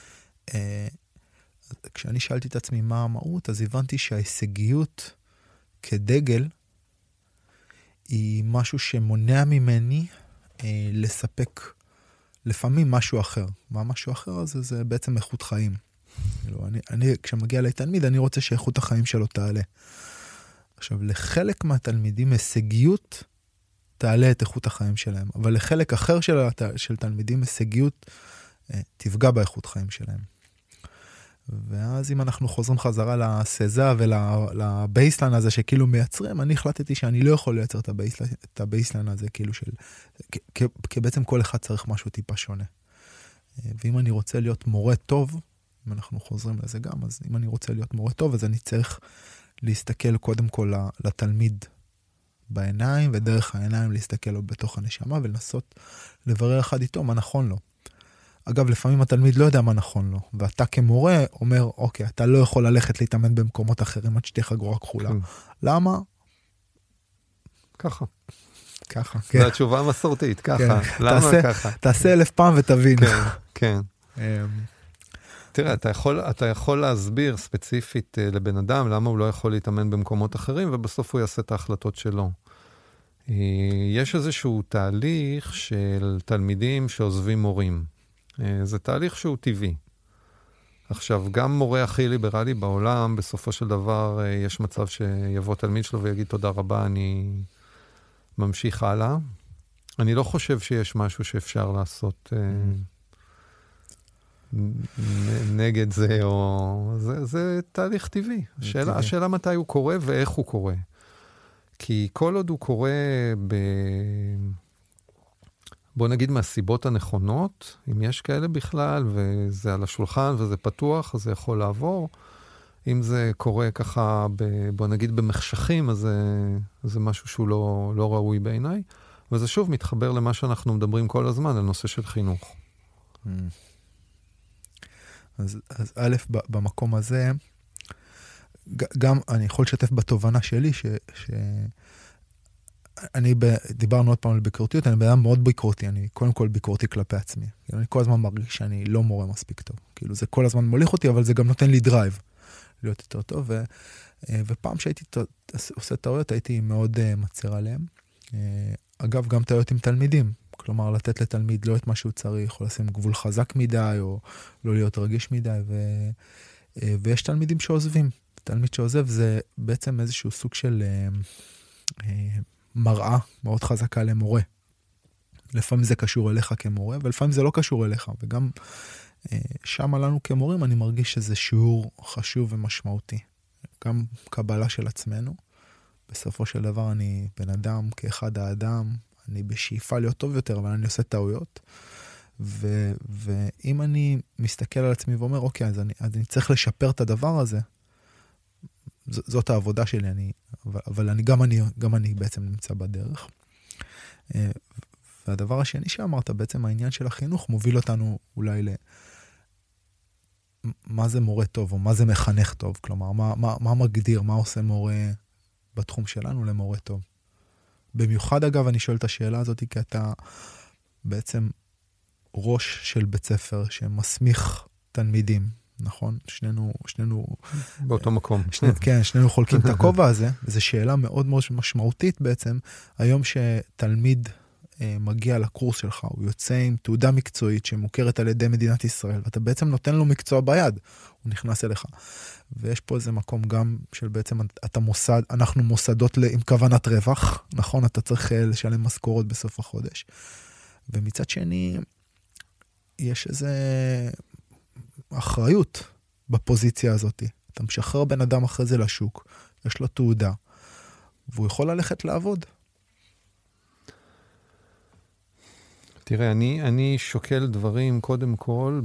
כשאני שאלתי את עצמי מה המהות, אז הבנתי שההישגיות כדגל היא משהו שמונע ממני לספק לפעמים משהו אחר. מה משהו אחר הזה? זה בעצם איכות חיים. כשמגיע לתלמיד, אני רוצה שאיכות החיים שלו תעלה. עכשיו, לחלק מהתלמידים הישגיות תעלה את איכות החיים שלהם, אבל לחלק אחר של תלמידים הישגיות תפגע באיכות חיים שלהם. ואז אם אנחנו חוזרים חזרה לסזה ולבייסליין הזה שכאילו מייצרים, אני החלטתי שאני לא יכול לייצר את הבייסליין הזה, כאילו כי בעצם כל אחד צריך משהו טיפה שונה. ואם אני רוצה להיות מורה טוב, אם אנחנו חוזרים לזה גם, אז אם אני רוצה להיות מורה טוב, אז אני צריך להסתכל קודם כל לתלמיד בעיניים, ודרך העיניים להסתכל לו בתוך הנשמה, ולנסות לברר אחד איתו מה נכון לו. אגב, לפעמים התלמיד לא יודע מה נכון לו, ואתה כמורה אומר, אוקיי, אתה לא יכול ללכת להתאמן במקומות אחרים עד שתהיה חגורה כחולה. למה? ככה. ככה, כן. זו התשובה המסורתית, ככה. למה ככה? תעשה 1000 פעם ותבין. כן, כן. תראה, אתה יכול להסביר ספציפית לבן אדם למה הוא לא יכול להתאמן במקומות אחרים, ובסוף הוא יעשה את ההחלטות שלו. יש איזשהו תהליך של תלמידים שעוזבים מורים. זה תהליך שהוא טבעי. עכשיו, גם מורה הכי ליברלי בעולם, בסופו של דבר יש מצב שיבוא תלמיד שלו ויגיד תודה רבה, אני ממשיך הלאה. אני לא חושב שיש משהו שאפשר לעשות נגד זה, או זה תהליך טבעי. השאלה מתי הוא קורה ואיך הוא קורה. כי כל עוד הוא קורה בוא נגיד מהסיבות הנכונות, אם יש כאלה בכלל, וזה על השולחן וזה פתוח, אז זה יכול לעבור. אם זה קורה ככה, בוא נגיד במחשכים, אז זה משהו שהוא לא ראוי בעיניי. וזה שוב מתחבר למה שאנחנו מדברים כל הזמן, על נושא של חינוך. אז א', במקום הזה, גם אני יכול לשתף בתובנה שלי, דיברנו עוד פעם על ביקורתיות, אני באדם מאוד ביקורתי, אני קודם כל ביקורתי כלפי עצמי. אני כל הזמן מרגיש שאני לא מורה מספיק טוב. כאילו זה כל הזמן מוליך אותי, אבל זה גם נותן לי דרייב להיות יותר טוב. ופעם שהייתי עושה טעויות, הייתי מאוד מצר עליהם. אגב, גם טעויות עם תלמידים. כלומר, לתת לתלמיד לא את מה שהוא צריך, או לשים גבול חזק מדי, או לא להיות רגיש מדי. ויש תלמידים שעוזבים. תלמיד שעוזב זה בעצם איזשהו סוג של מראה מאוד חזקה למורה. לפעמים זה קשור אליך כמורה, ולפעמים זה לא קשור אליך. וגם שם לנו כמורים אני מרגיש שזה שיעור חשוב ומשמעותי. גם קבלה של עצמנו. בסופו של דבר אני בן אדם כאחד האדם, אני בשאיפה להיות טוב יותר, אבל אני עושה טעויות. ואם אני מסתכל על עצמי ואומר, אוקיי, אז אני צריך לשפר את הדבר הזה, זאת העבודה שלי, אבל גם אני בעצם נמצא בדרך. והדבר השני שאמרת, בעצם העניין של החינוך מוביל אותנו אולי מה זה מורה טוב, או מה זה מחנך טוב, כלומר, מה מגדיר, מה עושה מורה בתחום שלנו למורה טוב. במיוחד אגב, אני שואל את השאלה הזאת, כי אתה בעצם ראש של בית ספר שמסמיך תלמידים, נכון? שנינו באותו מקום. כן, שנינו חולקים את הכובע הזה, וזו שאלה מאוד מאוד משמעותית בעצם. היום שתלמיד מגיע לקורס שלך, הוא יוצא עם תעודה מקצועית שמוכרת על ידי מדינת ישראל, ואתה בעצם נותן לו מקצוע ביד, הוא נכנס אליך. ויש פה איזה מקום גם של בעצם, אנחנו מוסדות עם כוונת רווח, נכון? אתה צריך לשלם משכורות בסוף החודש. ומצד שני, יש איזה אחריות בפוזיציה הזאת. אתה משחרר בן אדם אחרי זה לשוק, יש לו תעודה, והוא יכול ללכת לעבוד. תראה, אני שוקל דברים קודם כל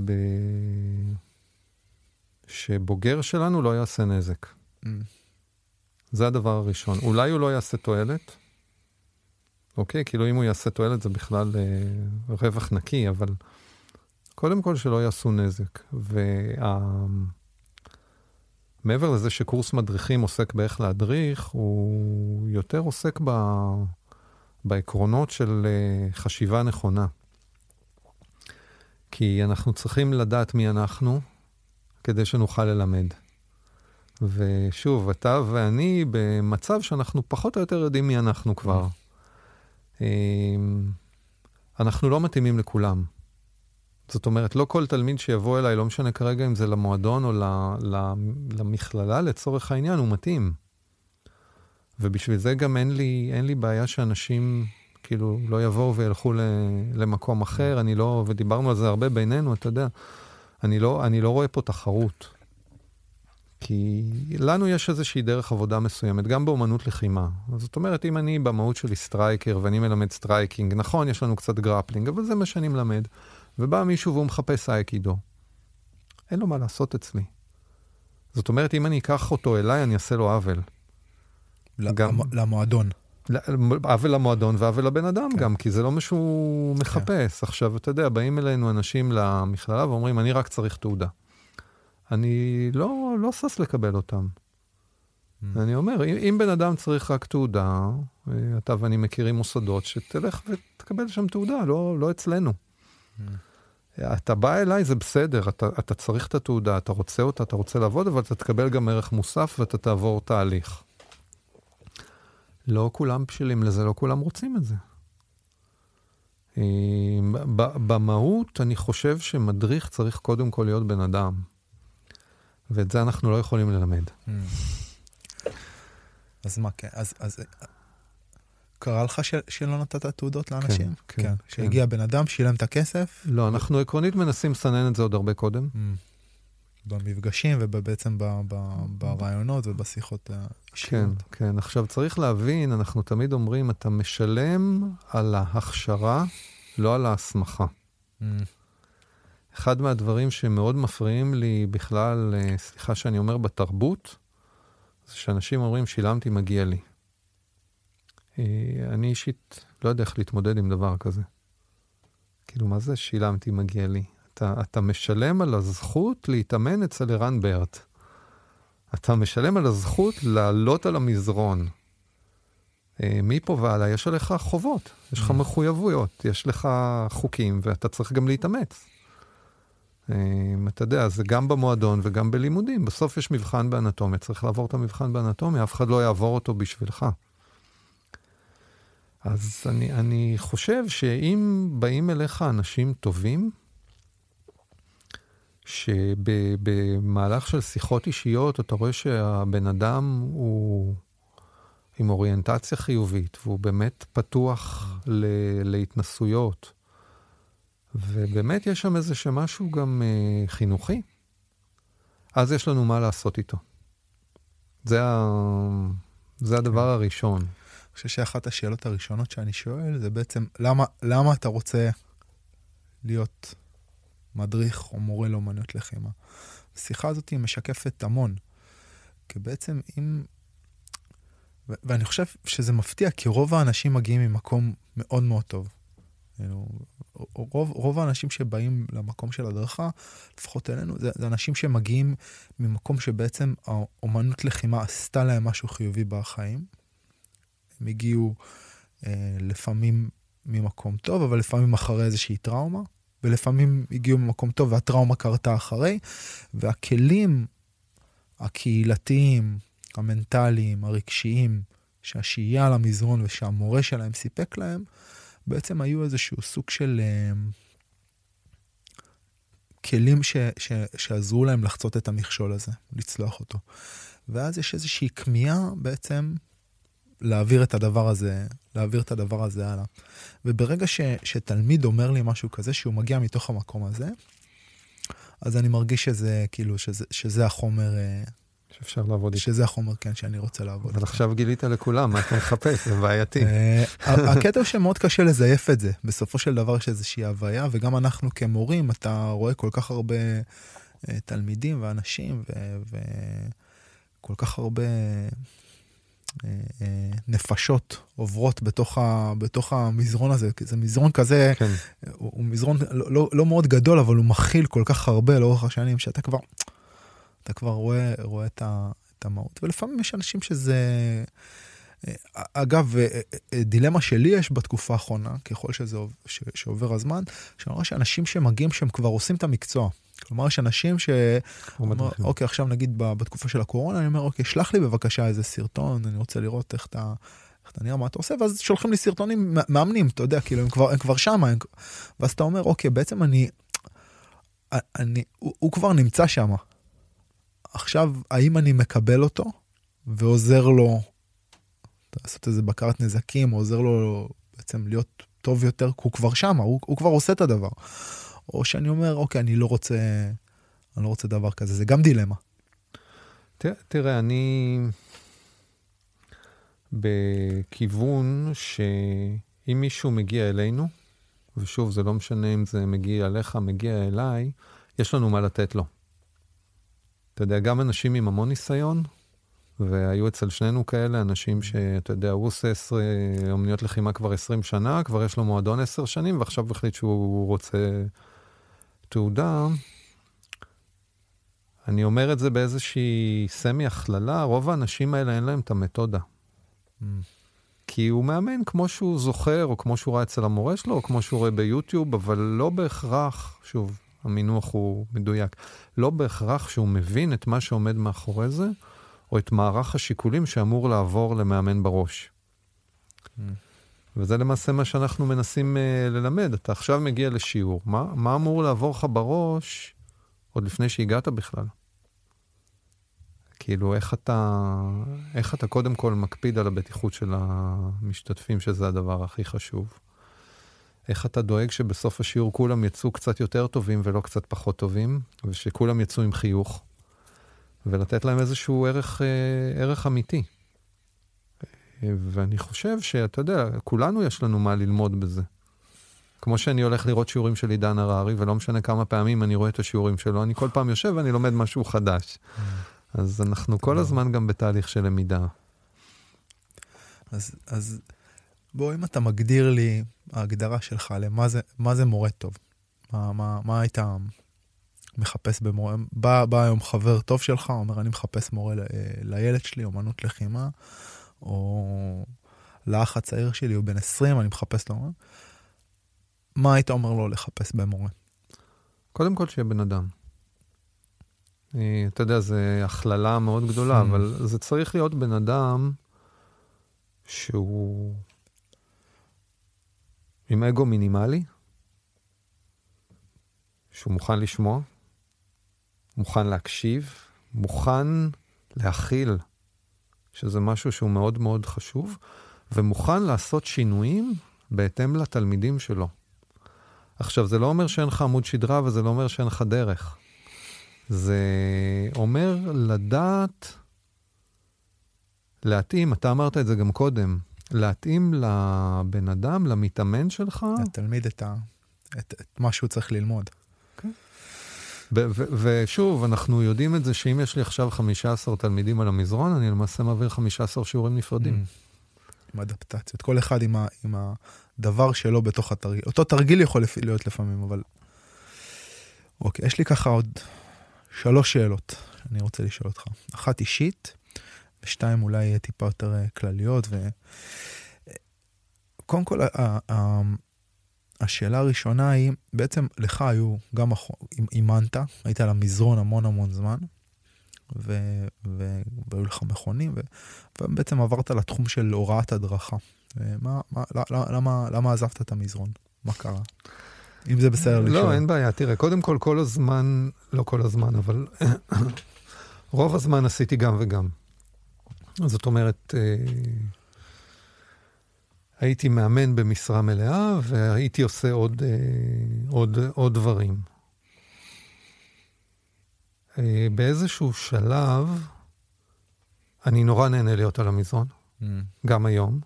שבוגר שלנו לא יעשה נזק. זה הדבר הראשון. אולי הוא לא יעשה תועלת, אוקיי? כאילו אם הוא יעשה תועלת זה בכלל רווח נקי, אבל קודם כל שלא יעשו נזק. מעבר לזה שקורס מדריכים עוסק באיך להדריך, הוא יותר עוסק בעקרונות של חשיבה נכונה. כי אנחנו צריכים לדעת מי אנחנו, כדי שנוכל ללמד. ושוב, אתה ואני במצב שאנחנו פחות או יותר יודעים מי אנחנו כבר. אנחנו לא מתאימים לכולם. זאת אומרת, לא כל תלמיד שיבוא אליי, לא משנה כרגע אם זה למועדון או למכללה, לצורך העניין, הוא מתאים. ובשביל זה גם אין לי בעיה שאנשים כאילו לא יבואו וילכו למקום אחר. אני לא, ודיברנו על זה הרבה בינינו, אתה יודע, אני לא רואה פה תחרות. כי לנו יש איזושהי דרך עבודה מסוימת, גם באומנות לחימה. זאת אומרת, אם אני במהות שלי סטרייקר, ואני מלמד סטרייקינג, נכון, יש לנו קצת גרפלינג, אבל זה מה שאני מלמד. ובא מישהו והוא מחפש אייקידו. אין לו מה לעשות אצלי. זאת אומרת, אם אני אקח אותו אליי, אני אעשה לו עוול. למועדון. עוול למועדון ועוול לבן אדם גם, כי זה לא משהו מחפש. עכשיו, אתה יודע, באים אלינו אנשים למכללה ואומרים, אני רק צריך תעודה. אני לא סס לקבל אותם. אני אומר, אם בן אדם צריך רק תעודה, אתה ואני מכירים מוסדות, שתלך ותקבל שם תעודה, לא אצלנו. אתה בא אליי, זה בסדר, אתה צריך את התעודה, אתה רוצה אותה, אתה רוצה לעבוד, אבל אתה תקבל גם ערך מוסף ואתה תעבור תהליך. לא כולם בשלים לזה, לא כולם רוצים את זה. במהות, אני חושב שמדריך צריך קודם כל להיות בן אדם. ואת זה אנחנו לא יכולים ללמד. אז מה, כן? אז קרה לך שלא נתת תעודות לאנשים? כן. שהגיע בן אדם, שילם את הכסף? לא, אנחנו עקרונית מנסים לסנן את זה עוד הרבה קודם. במפגשים ובעצם ברעיונות ובשיחות אישיות. כן. עכשיו צריך להבין, אנחנו תמיד אומרים, אתה משלם על ההכשרה, לא על ההסמכה. אחד מהדברים שמאוד מפריעים לי בכלל, סליחה שאני אומר בתרבות, זה שאנשים אומרים, שילמתי, מגיע לי. אני אישית לא יודע איך להתמודד עם דבר כזה. כאילו, מה זה שילמתי, מגיע לי? אתה משלם על הזכות להתאמן אצל ערן ברט. אתה משלם על הזכות לעלות על המזרון. מפה ועלה, יש עליך חובות, יש לך מחויבויות, יש לך חוקים, ואתה צריך גם להתאמץ. אתה יודע, זה גם במועדון וגם בלימודים. בסוף יש מבחן באנטומיה, צריך לעבור את המבחן באנטומיה, אף אחד לא יעבור אותו בשבילך. אז אני חושב שאם באים אליך אנשים טובים, שבמהלך של שיחות אישיות אתה רואה שהבן אדם הוא עם אוריינטציה חיובית, והוא באמת פתוח להתנסויות, ובאמת יש שם איזה שמשהו גם חינוכי, אז יש לנו מה לעשות איתו. זה הדבר הראשון. אני חושב שאחת השאלות הראשונות שאני שואל, זה בעצם, למה אתה רוצה להיות מדריך או מורה לאומנויות לחימה? השיחה הזאת היא משקפת המון. כי בעצם ואני חושב שזה מפתיע, כי רוב האנשים מגיעים ממקום מאוד מאוד טוב. רוב האנשים שבאים למקום של הדרכה, לפחות אלינו, זה אנשים שמגיעים ממקום שבעצם האומנות לחימה עשתה להם משהו חיובי בחיים. הם הגיעו לפעמים ממקום טוב, אבל לפעמים אחרי איזושהי טראומה, ולפעמים הגיעו ממקום טוב והטראומה קרתה אחרי, והכלים הקהילתיים, המנטליים, הרגשיים, שהשהייה על המזרון ושהמורה שלהם סיפק להם, בעצם היו איזשהו סוג של כלים שעזרו להם לחצות את המכשול הזה, לצלוח אותו. ואז יש איזושהי כמיהה בעצם להעביר את הדבר הזה הלאה. וברגע שתלמיד אומר לי משהו כזה, שהוא מגיע מתוך המקום הזה, אז אני מרגיש שזה, כאילו, שזה החומר שאפשר לעבוד איתו. שזה החומר, כן, שאני רוצה לעבוד. אבל עכשיו גילית לכולם, מה אתה מחפש, זה בעייתי. הקטע שמאוד קשה לזייף את זה. בסופו של דבר יש איזושהי הוויה, וגם אנחנו כמורים, אתה רואה כל כך הרבה תלמידים ואנשים, וכל כך הרבה נפשות עוברות בתוך המזרון הזה. זה מזרון כזה, כן. הוא מזרון לא מאוד גדול, אבל הוא מכיל כל כך הרבה לאורך השנים, שאתה כבר רואה את המהות. ולפעמים יש אנשים שזה... אגב, דילמה שלי יש בתקופה האחרונה, ככל שעובר הזמן, שאני רואה שאנשים שמגיעים שהם כבר עושים את המקצוע. כלומר, יש אנשים אוקיי, עכשיו נגיד בתקופה של הקורונה, אני אומר, אוקיי, שלח לי בבקשה איזה סרטון, אני רוצה לראות איך אתה נראה, מה אתה עושה, ואז שולחים לי סרטונים מאמנים, אתה יודע, כאילו, הם כבר שם, ואז אתה אומר, אוקיי, בעצם הוא כבר נמצא שם. עכשיו, האם אני מקבל אותו, ועוזר לו לעשות איזה בקרת נזקים, או עוזר לו בעצם להיות טוב יותר, כי הוא כבר שם, הוא כבר עושה את הדבר. או שאני אומר, אוקיי, אני לא רוצה דבר כזה, זה גם דילמה. תראה, אני בכיוון שאם מישהו מגיע אלינו, ושוב, זה לא משנה אם זה מגיע אליך, מגיע אליי, יש לנו מה לתת לו. אתה יודע, גם אנשים עם המון ניסיון, והיו אצל שנינו כאלה, אנשים שאתה יודע, הוא עושה אומניות לחימה כבר 20 שנה, כבר יש לו מועדון 10 שנים, ועכשיו החליט שהוא רוצה תעודה. אני אומר את זה באיזושהי סמי הכללה, רוב האנשים האלה אין להם את המתודה. כי הוא מאמן כמו שהוא זוכר, או כמו שהוא ראה אצל המורה שלו, או כמו שהוא רואה ביוטיוב, אבל לא בהכרח, שוב, המינוח הוא מדויק, לא בהכרח שהוא מבין את מה שעומד מאחורי זה, או את מערך השיקולים שאמור לעבור למאמן בראש. וזה למעשה מה שאנחנו מנסים ללמד. אתה עכשיו מגיע לשיעור. מה אמור לעבור לך בראש עוד לפני שהגעת בכלל? כאילו, איך אתה קודם כל מקפיד על הבטיחות של המשתתפים, שזה הדבר הכי חשוב? איך אתה דואג שבסוף השיעור כולם יצאו קצת יותר טובים ולא קצת פחות טובים, ושכולם יצאו עם חיוך, ולתת להם איזשהו ערך אמיתי. ואני חושב שאתה יודע, כולנו יש לנו מה ללמוד בזה. כמו שאני הולך לראות שיעורים של עידן הררי, ולא משנה כמה פעמים אני רואה את השיעורים שלו, אני כל פעם יושב ואני לומד משהו חדש. אז אנחנו כל הזמן גם בתהליך של למידה. אז בוא, אם אתה מגדיר לי ההגדרה שלך, מה זה מורה טוב? מה היית מחפש במורה? בא היום חבר טוב שלך, אומר, אני מחפש מורה לילד שלי, אומנות לחימה, או לאח הצעיר שלי, הוא בן 20, אני מחפש לו. מה היית אומר לו לחפש במורה? קודם כל שיהיה בן אדם. אתה יודע, זו הכללה מאוד גדולה, אבל זה צריך להיות בן אדם שהוא עם אגו מינימלי, שהוא מוכן לשמוע, מוכן להקשיב, מוכן להכיל, שזה משהו שהוא מאוד מאוד חשוב, ומוכן לעשות שינויים בהתאם לתלמידים שלו. עכשיו, זה לא אומר שאין לך עמוד שדרה, וזה לא אומר שאין לך דרך. זה אומר לדעת, להתאים, אתה אמרת את זה גם קודם, להתאים לבן אדם, למתאמן שלך. לתלמיד את מה שהוא צריך ללמוד. ושוב, אנחנו יודעים את זה שאם יש לי עכשיו 15 תלמידים על המזרון, אני למעשה מעביר 15 שיעורים נפרדים. עם אדפטציות. כל אחד עם הדבר שלו בתוך התרגיל. אותו תרגיל יכול להיות לפעמים, אבל... אוקיי, יש לי ככה עוד 3 שאלות שאני רוצה לשאול אותך. 1 אישית, ו2 אולי טיפה יותר כלליות. קודם כל, השאלה הראשונה היא, בעצם לך היו גם אימנת, היית על המזרון המון זמן, והיו לך מכונים, ובעצם עברת לתחום של הוראת הדרכה. למה עזבת את המזרון? מה קרה? אם זה בסדר לשאול. לא, אין בעיה. תראה, קודם כל הזמן, לא כל הזמן, אבל רוב הזמן עשיתי גם וגם. זאת אומרת, הייתי מאמן במשרה מלאה, והייתי עושה עוד דברים. באיזשהו שלב, אני נורא נהנה להיות על המזרון, גם היום,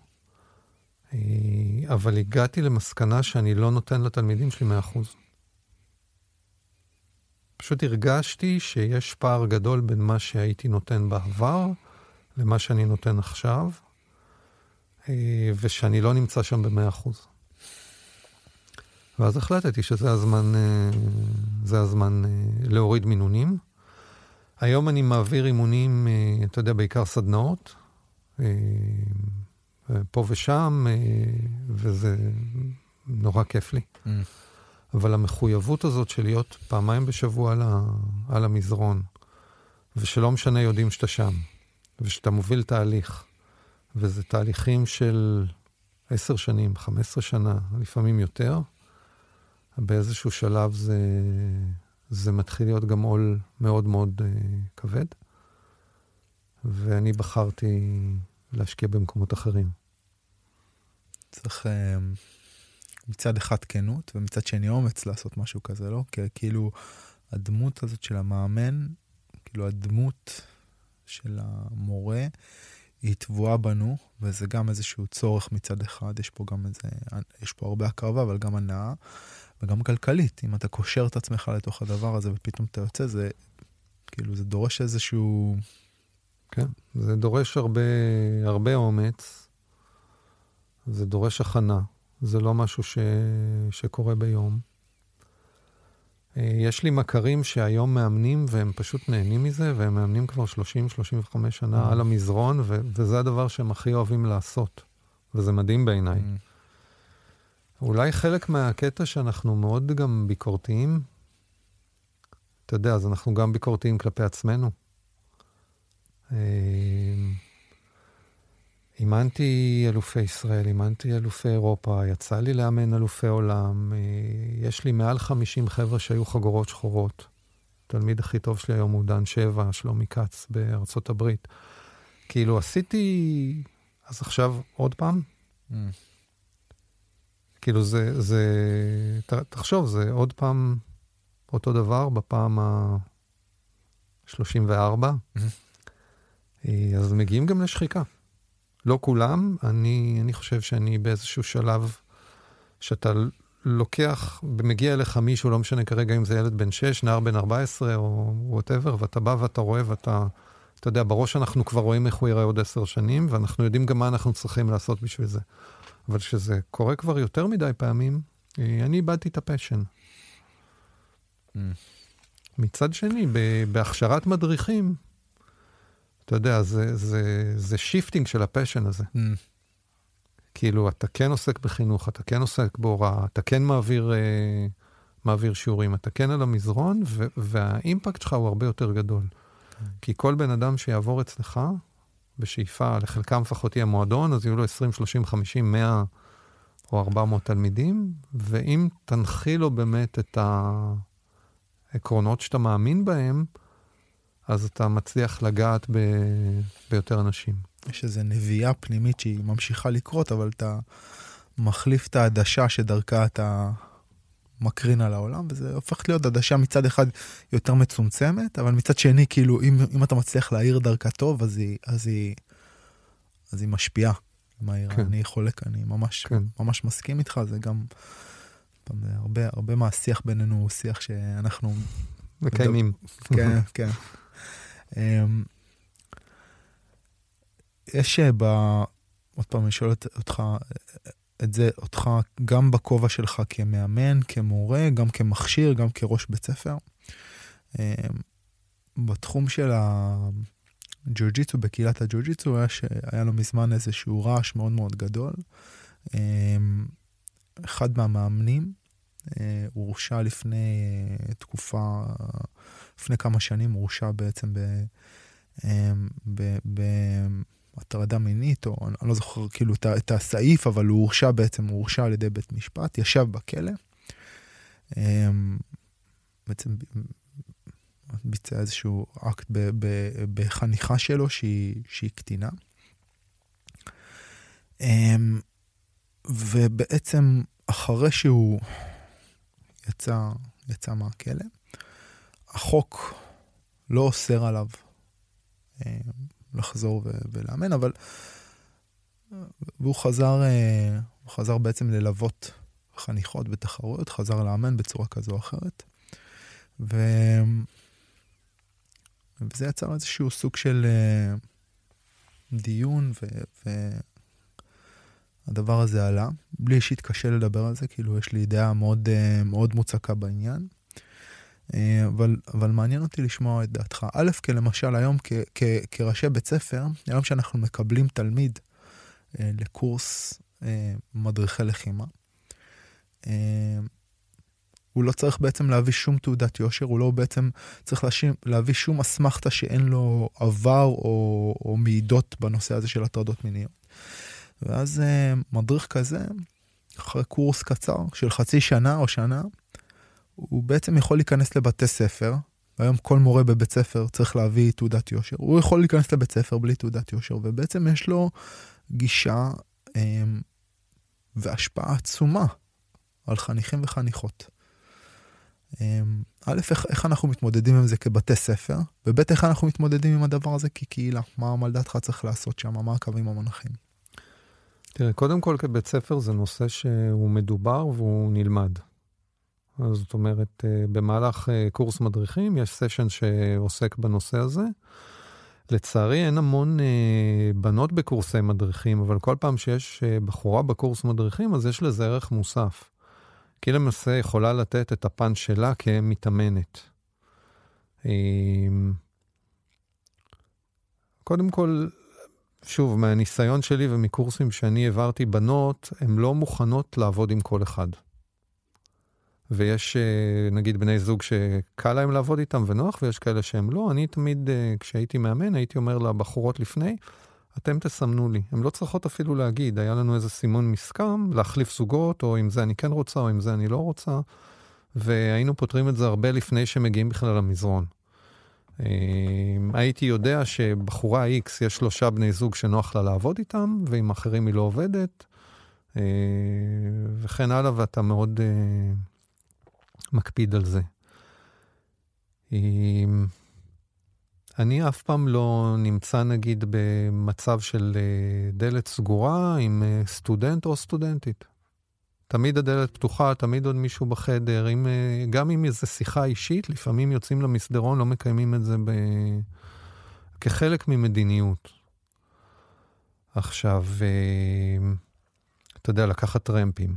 אבל הגעתי למסקנה שאני לא נותן לתלמידים שלי 100%. פשוט הרגשתי שיש פער גדול בין מה שהייתי נותן בעבר, למה שאני נותן עכשיו, ושאני לא נמצא שם ב100%. ואז החלטתי שזה הזמן להוריד מינונים. היום אני מעביר אימונים, אתה יודע, בעיקר סדנאות, פה ושם, וזה נורא כיף לי. אבל המחויבות הזאת של להיות פעמיים בשבוע על המזרון, ושלא משנה יודעים שאתה שם, ושאתה מוביל תהליך, וזה תהליכים של 10 שנים, 15 שנה, לפעמים יותר, באיזשהו שלב זה מתחיל להיות גם עול מאוד מאוד כבד, ואני בחרתי להשקיע במקומות אחרים. צריך מצד אחד כנות, ומצד שני אומץ לעשות משהו כזה, לא? כי כאילו הדמות הזאת של המאמן, כאילו הדמות של המורה, היא תבואה בנו, וזה גם איזשהו צורך מצד אחד, יש פה הרבה הקרבה, אבל גם הנאה, וגם כלכלית. אם אתה קושר את עצמך לתוך הדבר הזה, ופתאום אתה יוצא, זה כאילו, זה דורש איזשהו... כן, זה דורש הרבה אומץ, זה דורש הכנה, זה לא משהו שקורה ביום. יש לי מכרים שהיום מאמנים, והם פשוט נהנים מזה, והם מאמנים כבר 30-35 שנה על המזרון, וזה הדבר שהם הכי אוהבים לעשות. וזה מדהים בעיניי. אולי חלק מהקטע שאנחנו מאוד גם ביקורתיים, אתה יודע, אז אנחנו גם ביקורתיים כלפי עצמנו. אימנתי אלופי ישראל, אימנתי אלופי אירופה, יצא לי לאמן אלופי עולם, יש לי מעל 50 חבר'ה שהיו חגורות שחורות. התלמיד הכי טוב שלי היום הוא דן שבע, שלומי קץ בארצות הברית. כאילו עשיתי, אז עכשיו עוד פעם? כאילו תחשוב, זה עוד פעם אותו דבר בפעם ה-34. אז מגיעים גם לשחיקה. לא כולם, אני חושב שאני באיזשהו שלב שאתה לוקח, מגיע אליך מישהו, לא משנה כרגע אם זה ילד בן 6, נער בן 14 או whatever, ואתה בא ואתה רואה ואתה, אתה יודע, בראש אנחנו כבר רואים איך הוא יראה עוד 10 שנים, ואנחנו יודעים גם מה אנחנו צריכים לעשות בשביל זה. אבל שזה קורה כבר יותר מדי פעמים, אני איבדתי את הפשן. מצד שני, בהכשרת מדריכים, אתה יודע, זה שיפטינג של הפשן הזה. כאילו, אתה כן עוסק בחינוך, אתה כן עוסק בהוראה, אתה כן מעביר שיעורים, אתה כן על המזרון, והאימפקט שלך הוא הרבה יותר גדול. כי כל בן אדם שיעבור אצלך, בשאיפה, לחלקם לפחות יהיה מועדון, אז יהיו לו 20, 30, 50, 100 או 400 תלמידים, ואם תנחיל לו באמת את העקרונות שאתה מאמין בהם, אז אתה מצליח לגעת ביותר אנשים. יש איזו נביאה פנימית שהיא ממשיכה לקרות, אבל אתה מחליף את העדשה שדרכה אתה מקרין על העולם, וזה הופך להיות עדשה מצד אחד יותר מצומצמת, אבל מצד שני, כאילו, אם אתה מצליח להעיר דרכה טוב, אז היא משפיעה. כן. אני חולק, אני ממש מסכים איתך, זה גם הרבה מהשיח בינינו הוא שיח שאנחנו מקיימים. כן, כן. יש עוד פעם, אני שואל אותך גם בכובע שלך כמאמן, כמורה, גם כמכשיר, גם כראש בית ספר. בתחום של הג'יוג'יצו, בקהילת הג'יוג'יצו, היה לו מזמן איזשהו רעש מאוד מאוד גדול. אחד מהמאמנים, הוא הורשע לפני תקופה, לפני כמה שנים, הוא הורשע בעצם בהטרדה מינית, או אני לא זוכר כאילו את הסעיף, אבל הוא הורשע על ידי בית משפט, ישב בכלא, בעצם ביצע איזשהו אקט בחניכה שלו שהיא קטינה. ובעצם אחרי שהוא יצא מהכלא, החוק לא אוסר עליו לחזור ולאמן, אבל והוא חזר בעצם ללוות חניכות בתחרויות, חזר לאמן בצורה כזו או אחרת, וזה יצר איזשהו סוג של דיון, והדבר הזה עלה, בלי שהתקשה לדבר על זה, כאילו יש לי דעה מאוד, מאוד מוצקה בעניין, אבל מעניין אותי לשמוע את דעתך. א', כלמשל היום כראשי בית ספר, היום שאנחנו מקבלים תלמיד לקורס מדריכי לחימה, הוא לא צריך בעצם להביא שום תעודת יושר, הוא לא בעצם צריך להביא שום אסמכתה שאין לו עבר או מעידות בנושא הזה של הטרדות מיניות. ואז מדריך כזה, אחרי קורס קצר של חצי שנה או שנה, הוא בעצם יכול להיכנס לבתי ספר, והיום כל מורה בבית ספר צריך להביא תעודת יושר, הוא יכול להיכנס לבית ספר בלי תעודת יושר, ובעצם יש לו גישה והשפעה עצומה על חניכים וחניכות. א', איך אנחנו מתמודדים עם זה כבתי ספר, וב', איך אנחנו מתמודדים עם הדבר הזה כקהילה, מה לדעתך צריך לעשות שם, מה הקווים המנחים? תראה, קודם כל כבית ספר זה נושא שהוא מדובר והוא נלמד. אז זאת אומרת, במהלך קורס מדריכים יש סשן שעוסק בנושא הזה. לצערי אין המון בנות בקורסי מדריכים, אבל כל פעם שיש בחורה בקורס מדריכים, אז יש לזה ערך מוסף. כי למעשה יכולה לתת את הפן שלה כמתאמנת. קודם כל, שוב, מהניסיון שלי ומקורסים שאני העברתי, בנות, הן לא מוכנות לעבוד עם כל אחד. ויש, נגיד, בני זוג שקל להם לעבוד איתם ונוח, ויש כאלה שהם לא. אני תמיד, כשהייתי מאמן, הייתי אומר לבחורות לפני, אתם תסמנו לי. הן לא צריכות אפילו להגיד, היה לנו איזה סימון מסכם, להחליף זוגות, או אם זה אני כן רוצה, או אם זה אני לא רוצה, והיינו פותרים את זה הרבה לפני שמגיעים בכלל למזרון. הייתי יודע שבחורה X יש 3 בני זוג שנוח לה לעבוד איתם, ועם אחרים היא לא עובדת, וכן הלאה, ואתה מאוד מקפיד על זה. אני אף פעם לא נמצא נגיד במצב של דלת סגורה עם סטודנט או סטודנטית. תמיד הדלת פתוחה, תמיד עוד מישהו בחדר, גם עם איזו שיחה אישית, לפעמים יוצאים למסדרון, לא מקיימים את זה כחלק ממדיניות. עכשיו, אתה יודע, לקחת טרמפים.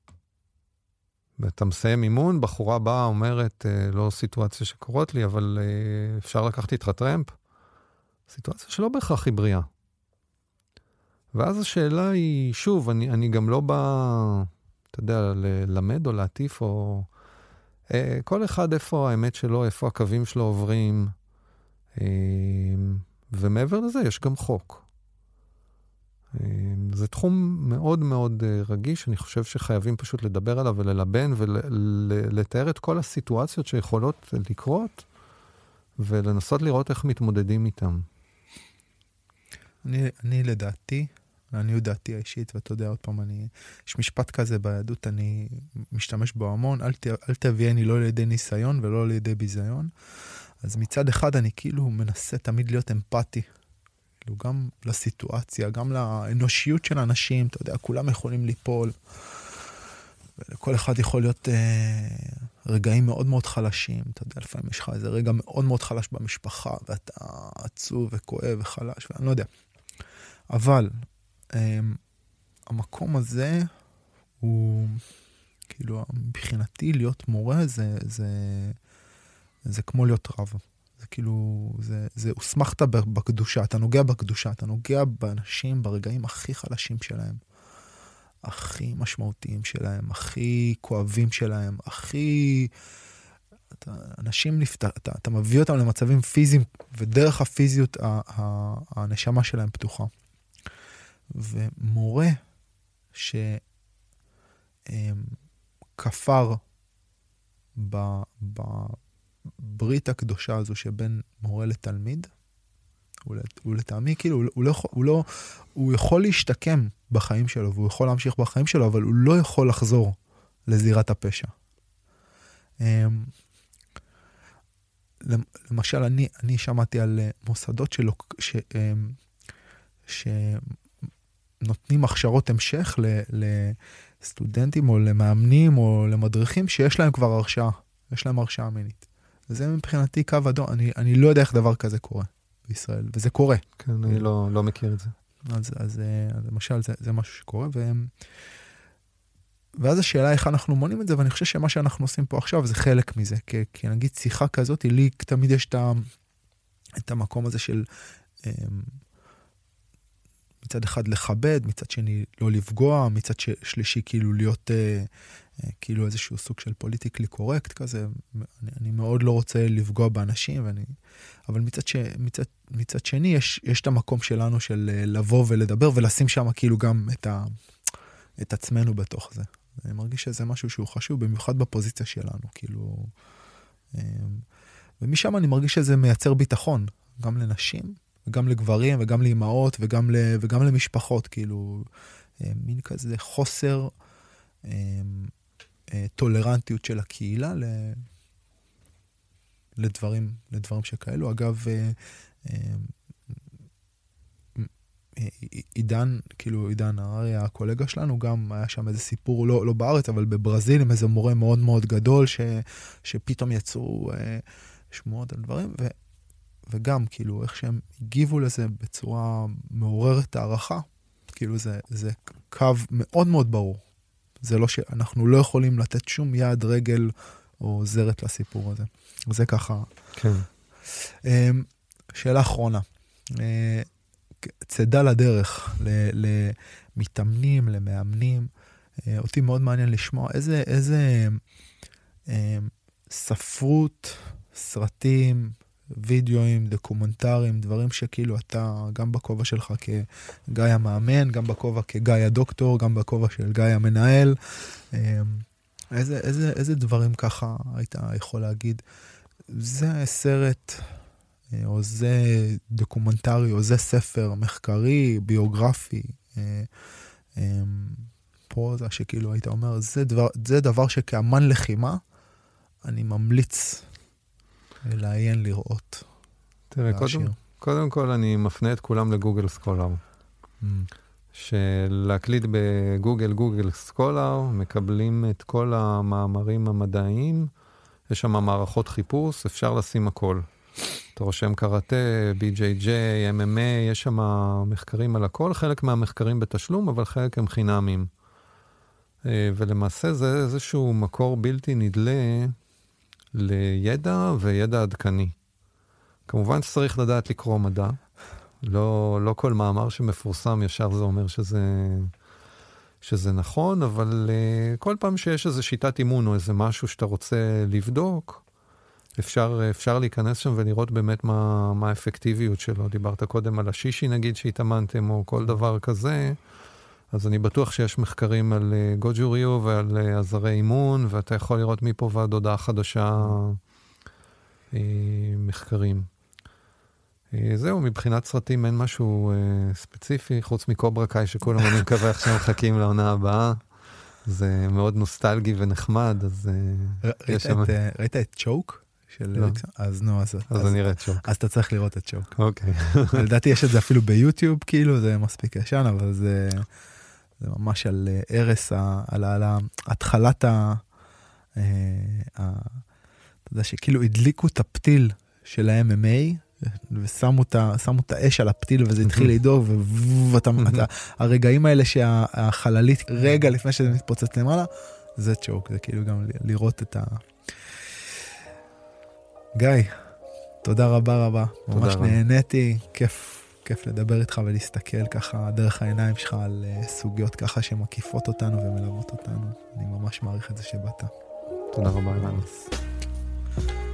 ואתה מסיים אימון, בחורה באה אומרת, לא סיטואציה שקורות לי, אבל אפשר לקחת איתך טרמפ. סיטואציה שלא בהכרח היא בריאה. ואז השאלה היא, שוב, אני גם לא בא, אתה יודע, ללמד או להטיף, או כל אחד איפה האמת שלו, איפה הקווים שלו עוברים, ומעבר לזה יש גם חוק. זה תחום מאוד מאוד רגיש, אני חושב שחייבים פשוט לדבר עליו וללבן ולתאר את כל הסיטואציות שיכולות לקרות, ולנסות לראות איך מתמודדים איתם. אני לדעתי, לעניות דעתי האישית, ואתה יודע עוד פעם, יש משפט כזה ביהדות, אני משתמש בו המון, אל תביאני לא לידי ניסיון ולא לידי ביזיון. אז מצד אחד אני כאילו מנסה תמיד להיות אמפתי, כאילו גם לסיטואציה, גם לאנושיות של האנשים, אתה יודע, כולם יכולים ליפול, ולכל אחד יכול להיות רגעים מאוד מאוד חלשים, אתה יודע, לפעמים יש לך איזה רגע מאוד מאוד חלש במשפחה, ואתה עצוב וכואב וחלש, ואני לא יודע. אבל המקום הזה הוא, כאילו, מבחינתי להיות מורה זה כמו להיות רב. זה כאילו, זה הוסמכת בקדושה, אתה נוגע בקדושה, אתה נוגע באנשים ברגעים הכי חלשים שלהם, הכי משמעותיים שלהם, הכי כואבים שלהם, הכי... אנשים אתה מביא אותם למצבים פיזיים, ודרך הפיזיות הנשמה שלהם פתוחה. ומורה שכפר בברית הקדושה הזו שבין מורה לתלמיד, הוא לטעמי, כאילו, הוא יכול להשתקם בחיים שלו, והוא יכול להמשיך בחיים שלו, אבל הוא לא יכול לחזור לזירת הפשע. למשל, אני שמעתי על מוסדות שנותנים הכשרות המשך לסטודנטים או למאמנים או למדריכים שיש להם כבר הרשעה, יש להם הרשעה מינית. וזה מבחינתי קו אדום, אני לא יודע איך דבר כזה קורה בישראל, וזה קורה. כן, אני לא מכיר את זה. אז למשל, זה משהו שקורה, ואז השאלה איך אנחנו מונים את זה, ואני חושב שמה שאנחנו עושים פה עכשיו זה חלק מזה, כי נגיד שיחה כזאת, לי תמיד יש את המקום הזה של מצד אחד לכבד, מצד שני לא לפגוע, מצד שלישי כאילו להיות כאילו איזשהו סוג של פוליטיקלי קורקט כזה, אני מאוד לא רוצה לפגוע באנשים, אבל מצד שני יש את המקום שלנו של לבוא ולדבר ולשים שם כאילו גם את עצמנו בתוך זה. אני מרגיש שזה משהו שהוא חשוב, במיוחד בפוזיציה שלנו, כאילו, ומשם אני מרגיש שזה מייצר ביטחון, גם לנשים, וגם לגברים, וגם לאמהות, וגם למשפחות, כאילו, מין כזה חוסר טולרנטיות של הקהילה לדברים שכאלו. אגב, עידן הררי, הקולגה שלנו, גם היה שם איזה סיפור, לא בארץ, אבל בברזיל, עם איזה מורה מאוד מאוד גדול, שפתאום יצאו שמועות על דברים, וגם, כאילו, איך שהם הגיבו לזה בצורה מעוררת הערכה, כאילו, זה קו מאוד מאוד ברור. זה לא שאנחנו לא יכולים לתת שום יד, רגל, או זרת לסיפור הזה. זה ככה. כן. שאלה אחרונה. צדה לדרך למתאמנים, למאמנים. אותי מאוד מעניין לשמוע איזה ספרות, סרטים, וידאוים, דוקומנטרים, דברים שכאילו אתה גם בכובע שלך כגיא המאמן, גם בכובע כגיא הדוקטור, גם בכובע של גיא המנהל. איזה דברים ככה היית יכול להגיד? זה סרט, או זה דוקומנטרי, או זה ספר מחקרי, ביוגרפי, פרוזה, שכאילו היית אומר, זה דבר שכאמן לחימה, אני ממליץ לעיין לראות. תראה, קודם כל אני מפנה את כולם לגוגל סקולר. שלהקליד בגוגל סקולר, מקבלים את כל המאמרים המדעיים, יש שם מערכות חיפוש, אפשר לשים הכל. אתה רושם קראטה, BJJ, MMA, יש שם מחקרים על הכל, חלק מהמחקרים בתשלום, אבל חלק הם חינמים. ולמעשה זה איזשהו מקור בלתי נדלה לידע וידע עדכני. כמובן שצריך לדעת לקרוא מדע. לא כל מאמר שמפורסם ישר זה אומר שזה נכון, אבל כל פעם שיש איזו שיטת אימון או איזה משהו שאתה רוצה לבדוק, אפשר להיכנס שם ולראות באמת מה האפקטיביות שלו. דיברת קודם על השישי נגיד שהתאמנתם או כל דבר כזה, אז אני בטוח שיש מחקרים על גוג'וריו ועל עזרי אימון, ואתה יכול לראות מפה ועד הודעה חדשה מחקרים. זהו, מבחינת סרטים אין משהו ספציפי, חוץ מקוברה קאי שכולם אני מקווה עכשיו מחכים לעונה הבאה. זה מאוד נוסטלגי ונחמד, אז ראית את צ'וק? אז נו, אז אני אראה את צ'וק. אז אתה צריך לראות את צ'וק. אוקיי. לדעתי יש את זה אפילו ביוטיוב, כאילו, זה מספיק ישן, אבל זה ממש על ערס, על התחלת אתה יודע שכאילו הדליקו את הפתיל של ה-MMA, ושמו את האש על הפתיל, וזה התחיל לדאוג, הרגעים האלה שהחללית רגע לפני שזה מתפוצץ למעלה, זה צ'וק, זה כאילו גם לראות את גיא, תודה רבה. ממש נהניתי, כיף לדבר איתך ולהסתכל ככה דרך העיניים שלך על סוגיות ככה שמקיפות אותנו ומלוות אותנו. אני ממש מעריך את זה שבאת. תודה רבה, אילן.